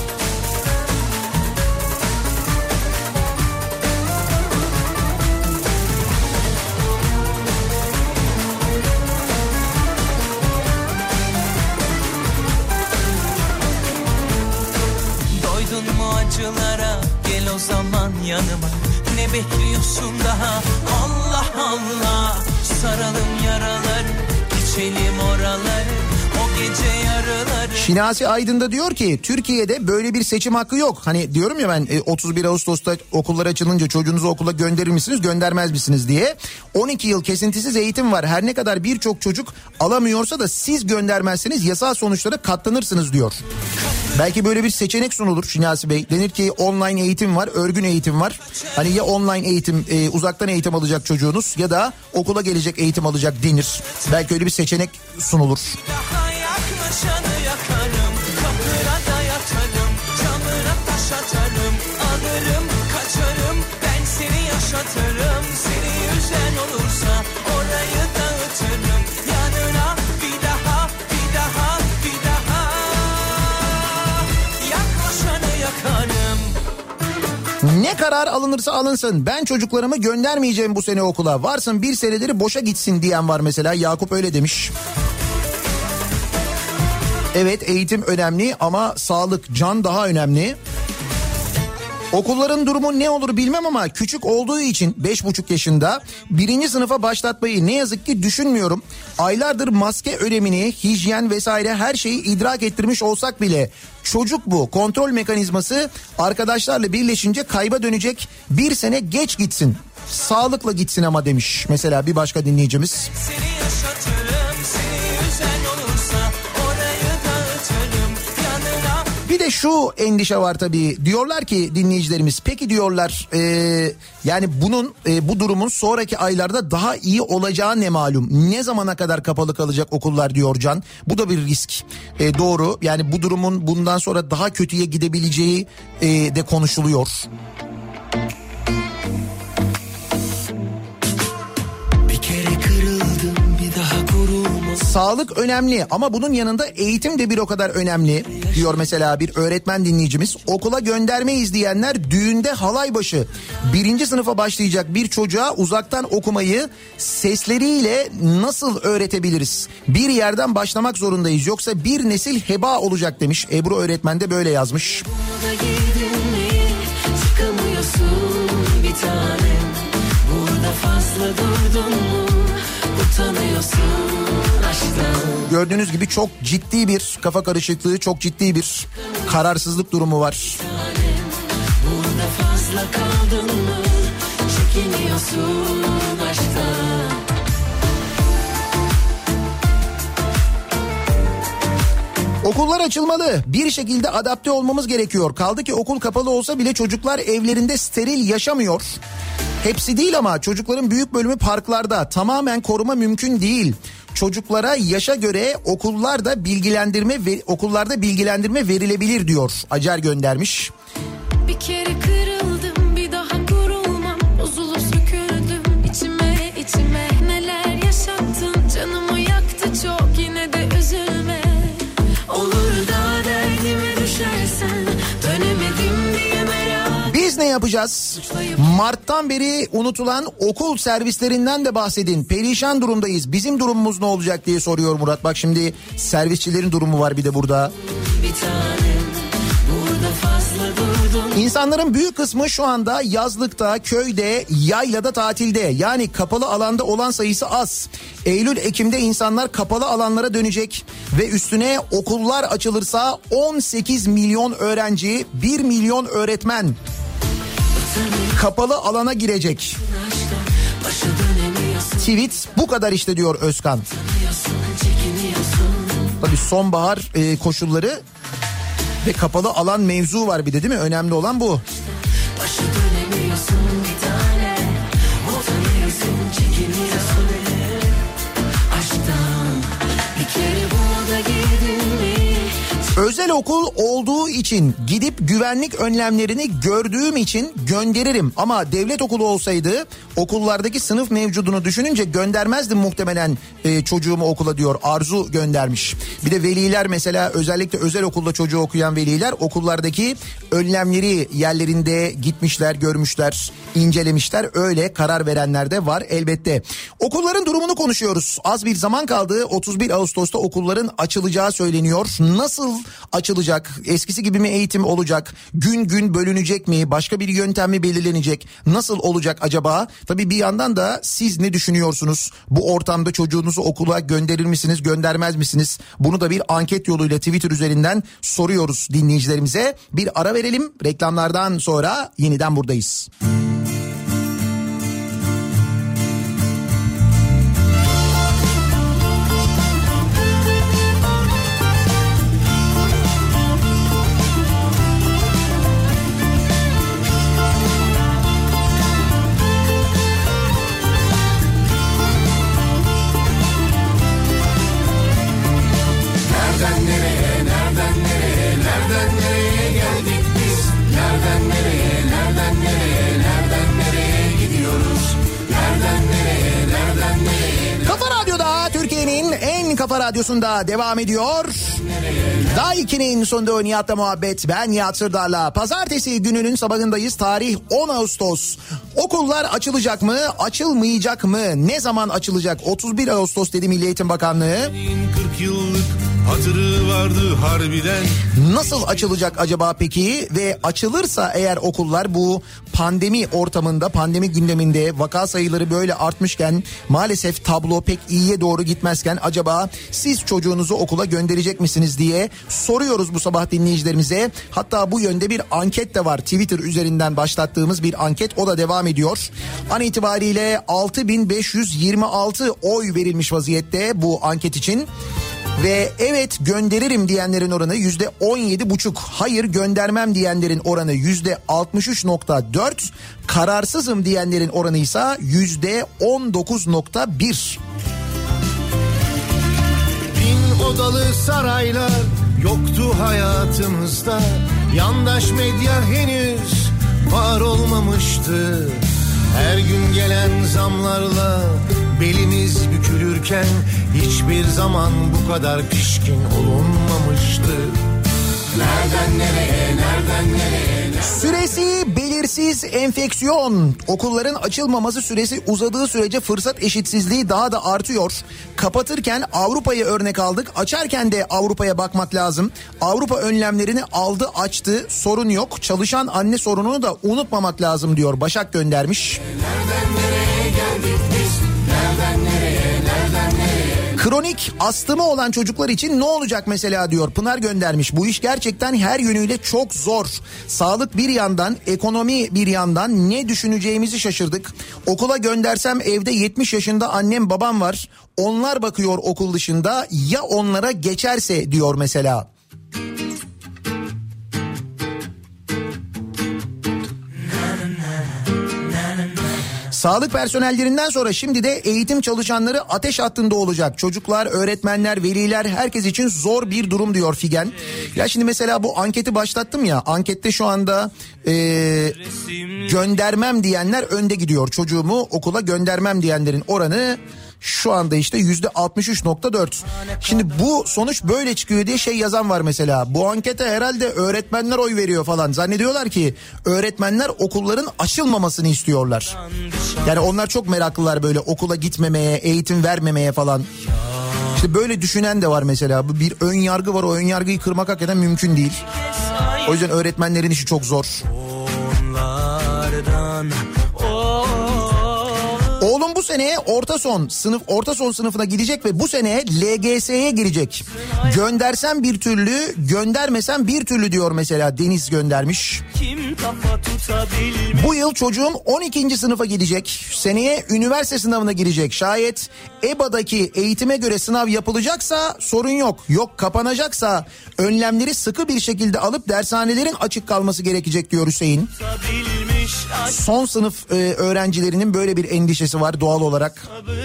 Gel o zaman yanıma, ne bekliyorsun daha Allah Allah. Saralım yaraları, içelim oraları, o gece yarıları.
Şinasi Aydın'da diyor ki Türkiye'de böyle bir seçim hakkı yok. Hani diyorum ya ben otuz bir Ağustos'ta okullar açılınca çocuğunuzu okula gönderir misiniz göndermez misiniz diye. on iki yıl kesintisiz eğitim var. Her ne kadar birçok çocuk alamıyorsa da siz göndermezseniz yasal sonuçlara katlanırsınız diyor. Belki böyle bir seçenek sunulur Şinasi Bey. Denir ki online eğitim var, örgün eğitim var. Hani ya online eğitim, e, uzaktan eğitim alacak çocuğunuz ya da okula gelecek eğitim alacak denir. Belki öyle bir seçenek sunulur.
Daha yaklaşanı yakarım, kapıra da yatarım, camına taş atarım, alırım, kaçarım, ben seni yaşatırım. Seni üzen olursa orayı dağıtırım, yanına bir daha, bir daha, bir daha. Yaklaşanı yakarım.
Ne karar alınırsa alınsın ben çocuklarımı göndermeyeceğim bu sene okula. Varsın bir seneleri boşa gitsin diyen var mesela. Yakup öyle demiş. Evet eğitim önemli ama sağlık, can daha önemli. Okulların durumu ne olur bilmem ama küçük olduğu için beş buçuk yaşında birinci sınıfa başlatmayı ne yazık ki düşünmüyorum. Aylardır maske önemini, hijyen vesaire her şeyi idrak ettirmiş olsak bile çocuk bu. Kontrol mekanizması arkadaşlarla birleşince kayba dönecek, bir sene geç gitsin. Sağlıkla gitsin ama demiş mesela bir başka dinleyicimiz.
Seni yaşatırım, seni üzen olursa orayı dağıtırım, yanına.
Bir de şu endişe var tabii. Diyorlar ki dinleyicilerimiz, peki diyorlar e, yani bunun e, bu durumun sonraki aylarda daha iyi olacağı ne malum? Ne zamana kadar kapalı kalacak okullar diyor Can. Bu da bir risk. E, doğru, yani bu durumun bundan sonra daha kötüye gidebileceği e, de konuşuluyor. Sağlık önemli ama bunun yanında eğitim de bir o kadar önemli diyor mesela bir öğretmen dinleyicimiz. Okula göndermeyiz diyenler düğünde halay başı birinci sınıfa başlayacak bir çocuğa uzaktan okumayı sesleriyle nasıl öğretebiliriz? Bir yerden başlamak zorundayız yoksa bir nesil heba olacak demiş. Ebru öğretmen de böyle yazmış. Bir tanem, burada fazla durdun mu? Utanıyorsun aşktan. Gördüğünüz gibi çok ciddi bir kafa karışıklığı, çok ciddi bir kararsızlık durumu var. Tanem, burada fazla kaldın mı? Çekiniyorsun aşktan. Okullar açılmalı. Bir şekilde adapte olmamız gerekiyor. Kaldı ki okul kapalı olsa bile çocuklar evlerinde steril yaşamıyor. Hepsi değil ama çocukların büyük bölümü parklarda. Tamamen koruma mümkün değil. Çocuklara yaşa göre okullarda bilgilendirme ve okullarda bilgilendirme verilebilir diyor. Acar göndermiş. Bir kere kırıldım, bir daha kurulmam. Bozulup söküldüm içime içime. Neler yaşattın, canımı yaktı çok, yine de üzülme. Olur da derdime düşersen dönemedim diye merak. Biz ne yapacağız? Mart'tan beri unutulan okul servislerinden de bahsedin. Perişan durumdayız. Bizim durumumuz ne olacak diye soruyor Murat. Bak şimdi servisçilerin durumu var bir de burada. Bir tanem, burada fazla durdum. İnsanların büyük kısmı şu anda yazlıkta, köyde, yaylada tatilde. Yani kapalı alanda olan sayısı az. Eylül-Ekim'de insanlar kapalı alanlara dönecek ve üstüne okullar açılırsa on sekiz milyon öğrenci, bir milyon öğretmen kapalı alana girecek. Tweet bu kadar işte diyor Özkan. Tabii sonbahar e, koşulları ve kapalı alan mevzu var bir de, değil mi? Önemli olan bu. Başı dönemiyorsun bir tane. Utanıyorsun, çekiniyorsun aşktan. Bir kere buna da girdin mi? Özel okul olduğu için gidip güvenlik önlemlerini gördüğüm için gönderirim. Ama devlet okulu olsaydı okullardaki sınıf mevcudunu düşününce göndermezdim muhtemelen e, çocuğumu okula diyor. Arzu göndermiş. Bir de veliler mesela, özellikle özel okulda çocuğu okuyan veliler okullardaki önlemleri yerlerinde gitmişler, görmüşler, incelemişler. Öyle karar verenler de var elbette. Okulların durumunu konuşuyoruz. Az bir zaman kaldı. otuz bir Ağustos'ta okulların açılacağı söyleniyor. Nasıl açılacak? Eskisi gibi mi eğitim olacak? Gün gün bölünecek mi? Başka bir yöntem mi belirlenecek? Nasıl olacak acaba? Tabii bir yandan da siz ne düşünüyorsunuz? Bu ortamda çocuğunuzu okula gönderir misiniz, göndermez misiniz? Bunu da bir anket yoluyla Twitter üzerinden soruyoruz dinleyicilerimize. Bir ara verelim. Reklamlardan sonra yeniden buradayız. Kafa Radyosu'nda devam ediyor. Daha ikinin sonunda Nihat'la muhabbet. Ben Nihat Sırdar'la. Pazartesi gününün sabahındayız. Tarih on Ağustos. Okullar açılacak mı? Açılmayacak mı? Ne zaman açılacak? otuz bir Ağustos dedi Milli Eğitim Bakanlığı. kırk yıllık hatırı vardı harbiden. Nasıl açılacak acaba peki? Ve açılırsa eğer okullar, bu pandemi ortamında, pandemi gündeminde vaka sayıları böyle artmışken, maalesef tablo pek iyiye doğru gitmezken acaba siz çocuğunuzu okula gönderecek misiniz diye soruyoruz bu sabah dinleyicilerimize. Hatta bu yönde bir anket de var. Twitter üzerinden başlattığımız bir anket, o da devam ediyor. An itibariyle altı bin beş yüz yirmi altı oy verilmiş vaziyette bu anket için. Ve evet gönderirim diyenlerin oranı yüzde on yedi buçuk. Hayır göndermem diyenlerin oranı yüzde altmış üç nokta dört. Kararsızım diyenlerin oranı ise yüzde on dokuz nokta bir.
Bin odalı saraylar yoktu hayatımızda. Yandaş medya henüz var olmamıştı. Her gün gelen zamlarla belimiz bükülürken hiçbir zaman bu kadar pişkin olunmamıştı. Nereden nereye, nereden nereye? Nereden...
Süresi belirsiz enfeksiyon. Okulların açılmaması süresi uzadığı sürece fırsat eşitsizliği daha da artıyor. Kapatırken Avrupa'yı örnek aldık. Açarken de Avrupa'ya bakmak lazım. Avrupa önlemlerini aldı açtı, sorun yok. Çalışan anne sorununu da unutmamak lazım diyor. Başak göndermiş.
Nereden nereye geldik biz? Nereden nereye, nereden nereye?
Kronik astımı olan çocuklar için ne olacak mesela diyor. Pınar göndermiş. Bu iş gerçekten her yönüyle çok zor. Sağlık bir yandan, ekonomi bir yandan, ne düşüneceğimizi şaşırdık. Okula göndersem evde yetmiş yaşında annem babam var. Onlar bakıyor okul dışında, ya onlara geçerse diyor mesela. Sağlık personellerinden sonra şimdi de eğitim çalışanları ateş hattında olacak. Çocuklar, öğretmenler, veliler, herkes için zor bir durum diyor Figen. Ya şimdi mesela bu anketi başlattım ya. Ankette şu anda e, göndermem diyenler önde gidiyor. Çocuğumu okula göndermem diyenlerin oranı şu anda işte yüzde altmış üç nokta dört. Şimdi bu sonuç böyle çıkıyor diye şey yazan var mesela. Bu ankete herhalde öğretmenler oy veriyor falan. Zannediyorlar ki öğretmenler okulların açılmamasını istiyorlar. Yani onlar çok meraklılar böyle okula gitmemeye, eğitim vermemeye falan. İşte böyle düşünen de var mesela. Bu bir ön yargı var, o ön yargıyı kırmak hakikaten mümkün değil. O yüzden öğretmenlerin işi çok zor. Onlardan, oğlum bu sene orta son sınıf orta son sınıfına gidecek ve bu sene L G S'ye girecek. Göndersem bir türlü, göndermesem bir türlü diyor mesela Deniz göndermiş. Bu yıl çocuğum on ikinci sınıfa gidecek. Seneye üniversite sınavına girecek. Şayet E B A'daki eğitime göre sınav yapılacaksa sorun yok. Yok kapanacaksa önlemleri sıkı bir şekilde alıp dershanelerin açık kalması gerekecek diyor Hüseyin. Son sınıf e, öğrencilerinin böyle bir endişesi var doğal olarak.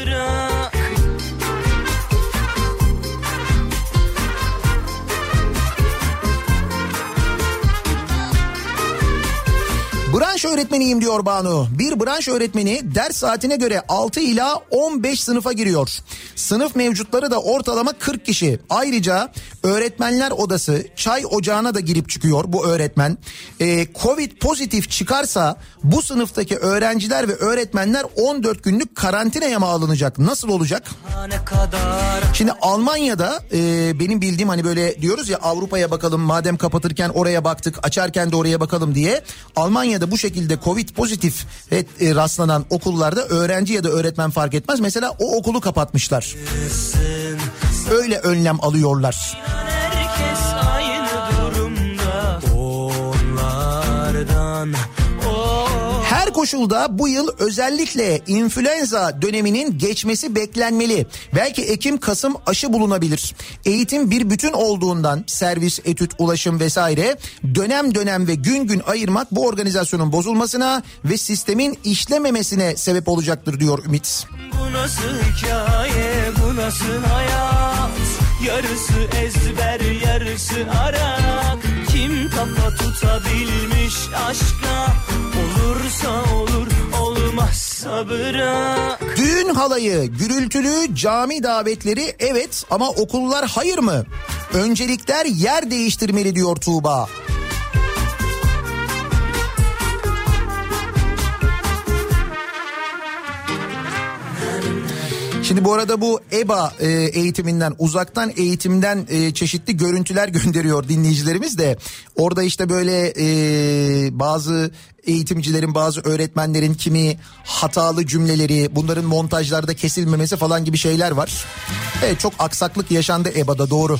Branş öğretmeniyim diyor Banu. Bir branş öğretmeni ders saatine göre altı ila on beş sınıfa giriyor. Sınıf mevcutları da ortalama kırk kişi. Ayrıca öğretmenler odası, çay ocağına da girip çıkıyor bu öğretmen. Ee, Covid pozitif çıkarsa bu sınıftaki öğrenciler ve öğretmenler on dört günlük karantinaya mı alınacak? Nasıl olacak? Şimdi Almanya'da e, benim bildiğim hani böyle diyoruz ya Avrupa'ya bakalım madem kapatırken oraya baktık, açarken de oraya bakalım diye. Almanya'da bu şekilde Covid pozitif e, rastlanan okullarda öğrenci ya da öğretmen fark etmez. Mesela o okulu kapatmışlar. Öyle önlem alıyorlar. Herkes aynı durumda. Onlardan, her koşulda bu yıl özellikle influenza döneminin geçmesi beklenmeli. Belki Ekim-Kasım aşı bulunabilir. Eğitim bir bütün olduğundan servis, etüt, ulaşım vesaire dönem dönem ve gün gün ayırmak bu organizasyonun bozulmasına ve sistemin işlememesine sebep olacaktır diyor Ümit. Bu nasıl hikaye, bu nasıl hayat? Yarısı ezber, yarısı arak. Kim kafa tutabilmiş aşka? Olursa olur, olmazsa bırak. Düğün halayı, gürültülü cami davetleri evet ama okullar hayır mı? Öncelikler yer değiştirmeli diyor Tuğba. Şimdi bu arada bu E B A e, eğitiminden, uzaktan eğitimden e, çeşitli görüntüler gönderiyor dinleyicilerimiz de. Orada işte böyle e, bazı eğitimcilerin, bazı öğretmenlerin kimi hatalı cümleleri, bunların montajlarda kesilmemesi falan gibi şeyler var. Evet, çok aksaklık yaşandı E B A'da, doğru.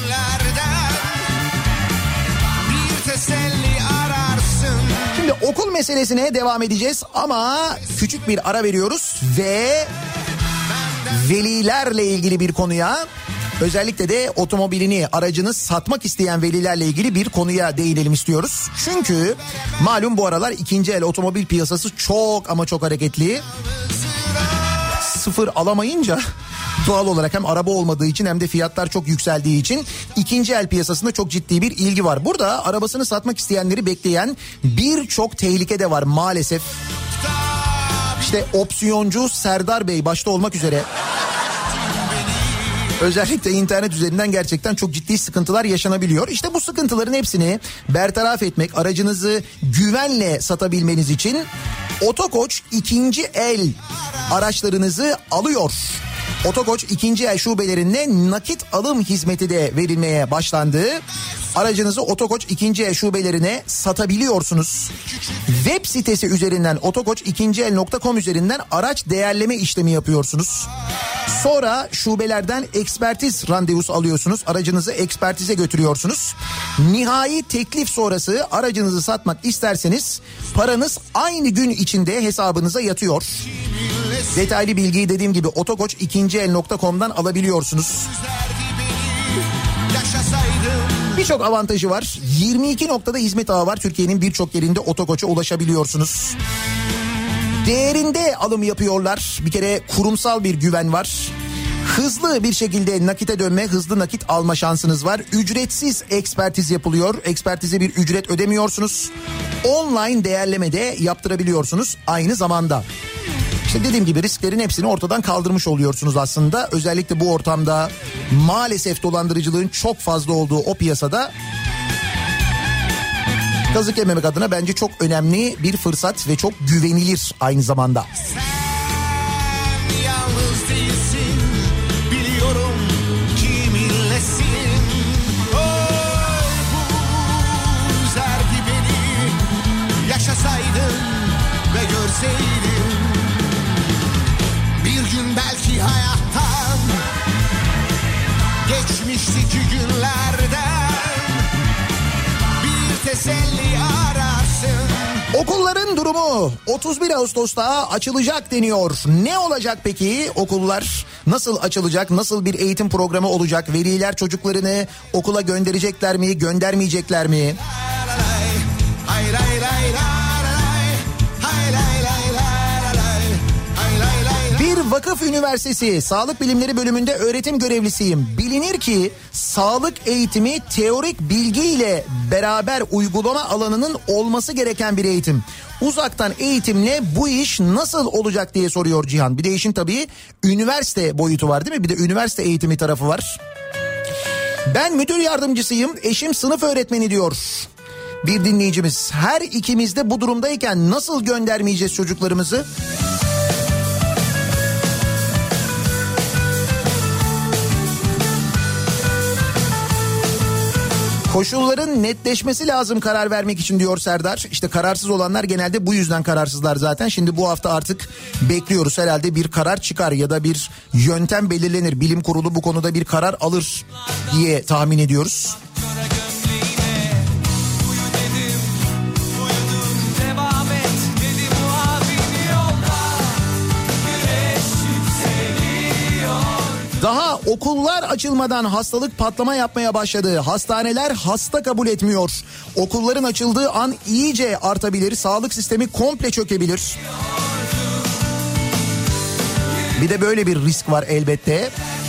Şimdi okul meselesine devam edeceğiz ama küçük bir ara veriyoruz ve velilerle ilgili bir konuya, Özellikle de otomobilini, aracını satmak isteyen velilerle ilgili bir konuya değinelim istiyoruz. Çünkü malum bu aralar ikinci el otomobil piyasası çok ama çok hareketli. Sıfır alamayınca doğal olarak hem araba olmadığı için hem de fiyatlar çok yükseldiği için ikinci el piyasasında çok ciddi bir ilgi var. Burada arabasını satmak isteyenleri bekleyen birçok tehlike de var maalesef. İşte opsiyoncu Serdar Bey başta olmak üzere özellikle internet üzerinden gerçekten çok ciddi sıkıntılar yaşanabiliyor. İşte bu sıkıntıların hepsini bertaraf etmek, aracınızı güvenle satabilmeniz için Otokoç ikinci el araçlarınızı alıyor. Otokoç ikinci el şubelerinde nakit alım hizmeti de verilmeye başlandı. Aracınızı Otokoç ikinci el şubelerine satabiliyorsunuz. Web sitesi üzerinden otokoç ikinci el nokta com üzerinden araç değerleme işlemi yapıyorsunuz. Sonra şubelerden ekspertiz randevusu alıyorsunuz. Aracınızı ekspertize götürüyorsunuz. Nihai teklif sonrası aracınızı satmak isterseniz paranız aynı gün içinde hesabınıza yatıyor. Detaylı bilgiyi dediğim gibi otokoç ikinci el nokta com'dan alabiliyorsunuz. Birçok avantajı var. yirmi iki noktada hizmet ağı var. Türkiye'nin birçok yerinde Otokoç'a ulaşabiliyorsunuz. Değerinde alım yapıyorlar. Bir kere kurumsal bir güven var. Hızlı bir şekilde nakite dönme, hızlı nakit alma şansınız var. Ücretsiz ekspertiz yapılıyor. Ekspertize bir ücret ödemiyorsunuz. Online değerleme de yaptırabiliyorsunuz aynı zamanda. İşte dediğim gibi risklerin hepsini ortadan kaldırmış oluyorsunuz aslında. Özellikle bu ortamda maalesef dolandırıcılığın çok fazla olduğu o piyasada kazık yememek adına bence çok önemli bir fırsat ve çok güvenilir aynı zamanda.
Sen yalnız değilsin, biliyorum kiminlesin. Oy bu üzerdi beni, yaşasaydın ve görseydin. Bir gün belki hayattan, geçmişteki günlerden bir teselli ararsın.
Okulların durumu otuz bir Ağustos'ta açılacak deniyor. Ne olacak peki? Okullar nasıl açılacak? Nasıl bir eğitim programı olacak? Veliler çocuklarını okula gönderecekler mi? Göndermeyecekler mi? Bir vakıf üniversitesi sağlık bilimleri bölümünde öğretim görevlisiyim. Bilinir ki sağlık eğitimi teorik bilgiyle beraber uygulama alanının olması gereken bir eğitim. Uzaktan eğitimle bu iş nasıl olacak diye soruyor Cihan. Bir de işin tabii üniversite boyutu var değil mi? Bir de üniversite eğitimi tarafı var. Ben müdür yardımcısıyım, eşim sınıf öğretmeni diyor bir dinleyicimiz. Her ikimiz de bu durumdayken nasıl göndermeyeceğiz çocuklarımızı? Koşulların netleşmesi lazım karar vermek için diyor Serdar. İşte kararsız olanlar genelde bu yüzden kararsızlar zaten. Şimdi bu hafta artık bekliyoruz, herhalde bir karar çıkar ya da bir yöntem belirlenir. Bilim kurulu bu konuda bir karar alır diye tahmin ediyoruz. Daha okullar açılmadan hastalık patlama yapmaya başladı. Hastaneler hasta kabul etmiyor. Okulların açıldığı an iyice artabilir. Sağlık sistemi komple çökebilir. Bir de böyle bir risk var elbette.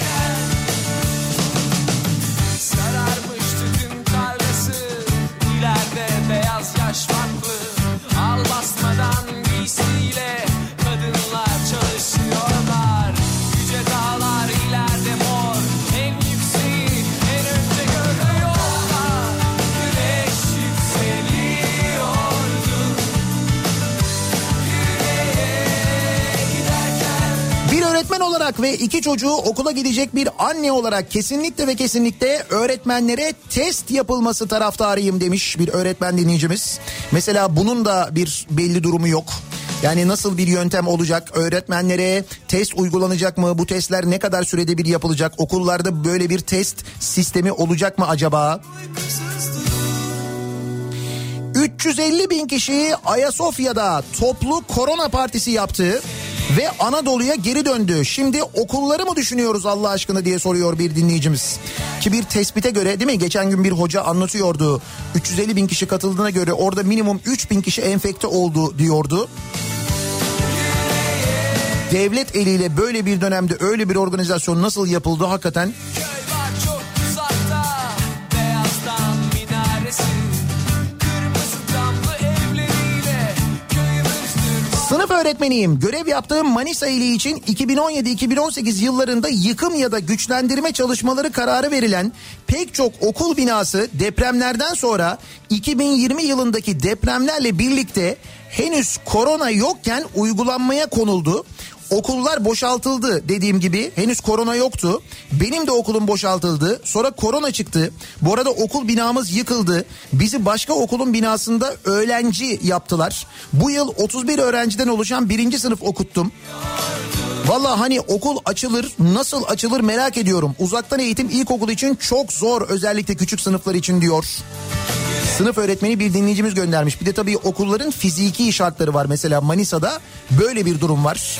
Sararmış tütün tarlası, ileride beyaz yaş farklı. Al basmadan giysiyle kadınlar çalışıyorlar. Yüce dağlar ileride mor, en yükseği en önce gördü yolda. Güneş yükseliyordu. Yüreğe giderken.
Bir öğretmen olarak ve iki çocuğu okula gidecek bir anne olarak kesinlikle ve kesinlikle öğretmenlere test yapılması taraftarıyım demiş bir öğretmen dinleyicimiz. Mesela bunun da bir belli durumu yok. Yani nasıl bir yöntem olacak? Öğretmenlere test uygulanacak mı? Bu testler ne kadar sürede bir yapılacak? Okullarda böyle bir test sistemi olacak mı acaba? üç yüz elli bin kişi Ayasofya'da toplu korona partisi yaptı ve Anadolu'ya geri döndü. Şimdi okulları mı düşünüyoruz Allah aşkına diye soruyor bir dinleyicimiz. Ki bir tespite göre, değil mi? Geçen gün bir hoca anlatıyordu. üç yüz elli bin kişi katıldığına göre orada minimum üç bin kişi enfekte oldu diyordu. Devlet eliyle böyle bir dönemde öyle bir organizasyon nasıl yapıldı hakikaten? Sınıf öğretmeniyim. Görev yaptığım Manisa ili için iki bin on yedi iki bin on sekiz yıllarında yıkım ya da güçlendirme çalışmaları kararı verilen pek çok okul binası depremlerden sonra iki bin yirmi yılındaki depremlerle birlikte henüz korona yokken uygulanmaya konuldu. Okullar boşaltıldı dediğim gibi, henüz korona yoktu. Benim de okulum boşaltıldı. Sonra korona çıktı. Bu arada okul binamız yıkıldı. Bizi başka okulun binasında öğrenci yaptılar. Bu yıl otuz bir öğrenciden oluşan birinci sınıf okuttum. Valla hani okul açılır, nasıl açılır merak ediyorum. Uzaktan eğitim ilkokul için çok zor, özellikle küçük sınıflar için diyor. Sınıf öğretmeni bir dinleyicimiz göndermiş. Bir de tabii okulların fiziki şartları var. Mesela Manisa'da böyle bir durum var.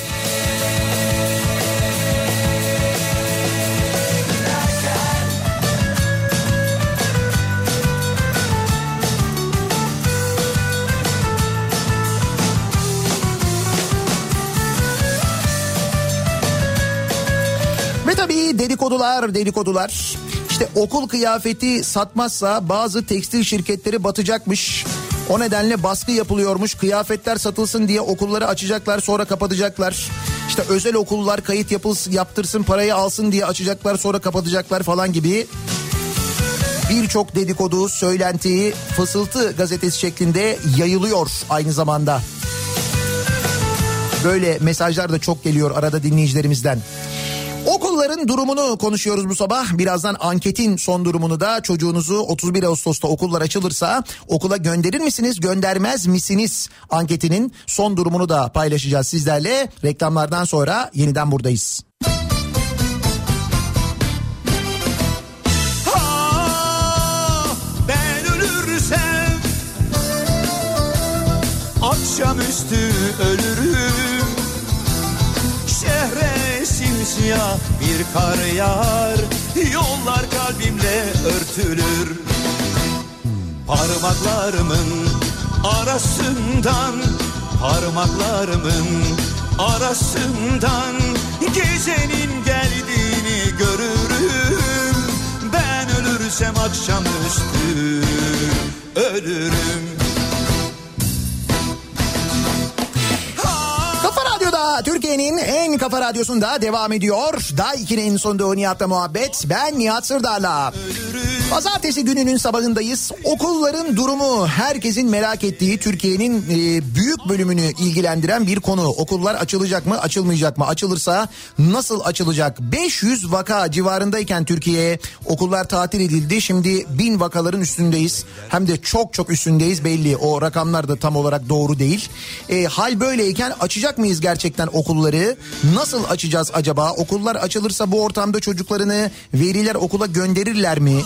Ve tabii dedikodular, dedikodular. İşte okul kıyafeti satmazsa bazı tekstil şirketleri batacakmış. O nedenle baskı yapılıyormuş. Kıyafetler satılsın diye okulları açacaklar, sonra kapatacaklar. İşte özel okullar kayıt yapılsın, yaptırsın, parayı alsın diye açacaklar, sonra kapatacaklar falan gibi. Birçok dedikodu, söylenti, fısıltı gazetesi şeklinde yayılıyor aynı zamanda. Böyle mesajlar da çok geliyor arada dinleyicilerimizden. Okulların durumunu konuşuyoruz bu sabah. Birazdan anketin son durumunu da, çocuğunuzu otuz bir Ağustos'ta okullar açılırsa okula gönderir misiniz, göndermez misiniz anketinin son durumunu da paylaşacağız sizlerle. Reklamlardan sonra yeniden buradayız.
Ah, ben ölürsem akşamüstü ölürüm. Şehre simsiyah bir kar yağar, yollar kalbimle örtülür. Parmaklarımın arasından, parmaklarımın arasından gecenin geldiğini görürüm. Ben ölürsem akşamüstü ölürüm.
Türkiye'nin en kafa radyosunda devam ediyor. Daha ikinin sonunda Nihat'la muhabbet. Ben Nihat Sırdar'la. Pazartesi gününün sabahındayız. Okulların durumu herkesin merak ettiği, Türkiye'nin e, büyük bölümünü ilgilendiren bir konu. Okullar açılacak mı, açılmayacak mı? Açılırsa nasıl açılacak? beş yüz vaka civarındayken Türkiye, okullar tatil edildi. Şimdi bin vakaların üstündeyiz. Hem de çok çok üstündeyiz belli. O rakamlar da tam olarak doğru değil. E, hal böyleyken açacak mıyız gerçekten okulları? Nasıl açacağız acaba? Okullar açılırsa bu ortamda çocuklarını veliler okula gönderirler mi?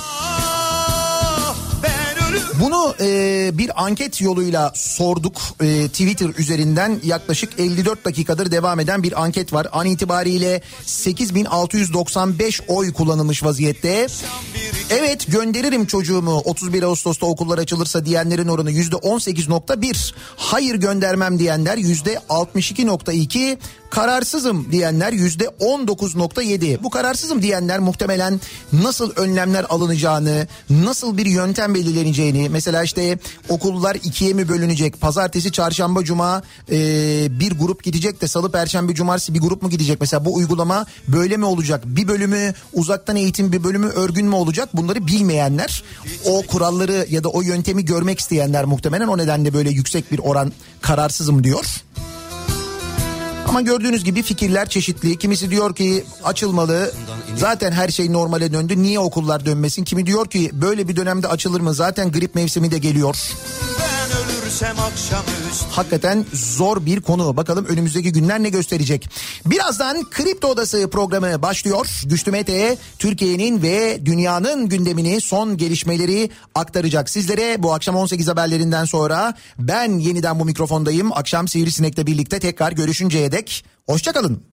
Bunu e, bir anket yoluyla sorduk. E, Twitter üzerinden yaklaşık elli dört dakikadır devam eden bir anket var. An itibariyle sekiz bin altı yüz doksan beş oy kullanılmış vaziyette. Evet, gönderirim çocuğumu otuz bir Ağustos'ta okullar açılırsa diyenlerin oranı yüzde on sekiz nokta bir. Hayır göndermem diyenler yüzde altmış iki nokta iki. Kararsızım diyenler yüzde on dokuz nokta yedi. Bu kararsızım diyenler muhtemelen nasıl önlemler alınacağını, nasıl bir yöntem belirleneceğini, mesela işte okullar ikiye mi bölünecek, pazartesi, çarşamba, cuma e, bir grup gidecek de salı, perşembe, cumartesi bir grup mu gidecek? Mesela bu uygulama böyle mi olacak? Bir bölümü uzaktan eğitim, bir bölümü örgün mü olacak? Bunları bilmeyenler, o kuralları ya da o yöntemi görmek isteyenler muhtemelen o nedenle böyle yüksek bir oran kararsızım diyor. Ama gördüğünüz gibi fikirler çeşitli. Kimisi diyor ki açılmalı. Zaten her şey normale döndü. Niye okullar dönmesin? Kimi diyor ki böyle bir dönemde açılır mı? Zaten grip mevsimi de geliyor.
Ben ölürüm. ölürsem akşamüstü.
Hakikaten zor bir konu. Bakalım önümüzdeki günler ne gösterecek. Birazdan Kripto Odası programı başlıyor. Güçlü Mete Türkiye'nin ve dünyanın gündemini, son gelişmeleri aktaracak sizlere. Bu akşam on sekiz haberlerinden sonra ben yeniden bu mikrofondayım. Akşam Sivrisinek'le birlikte tekrar görüşünceye dek hoşça kalın.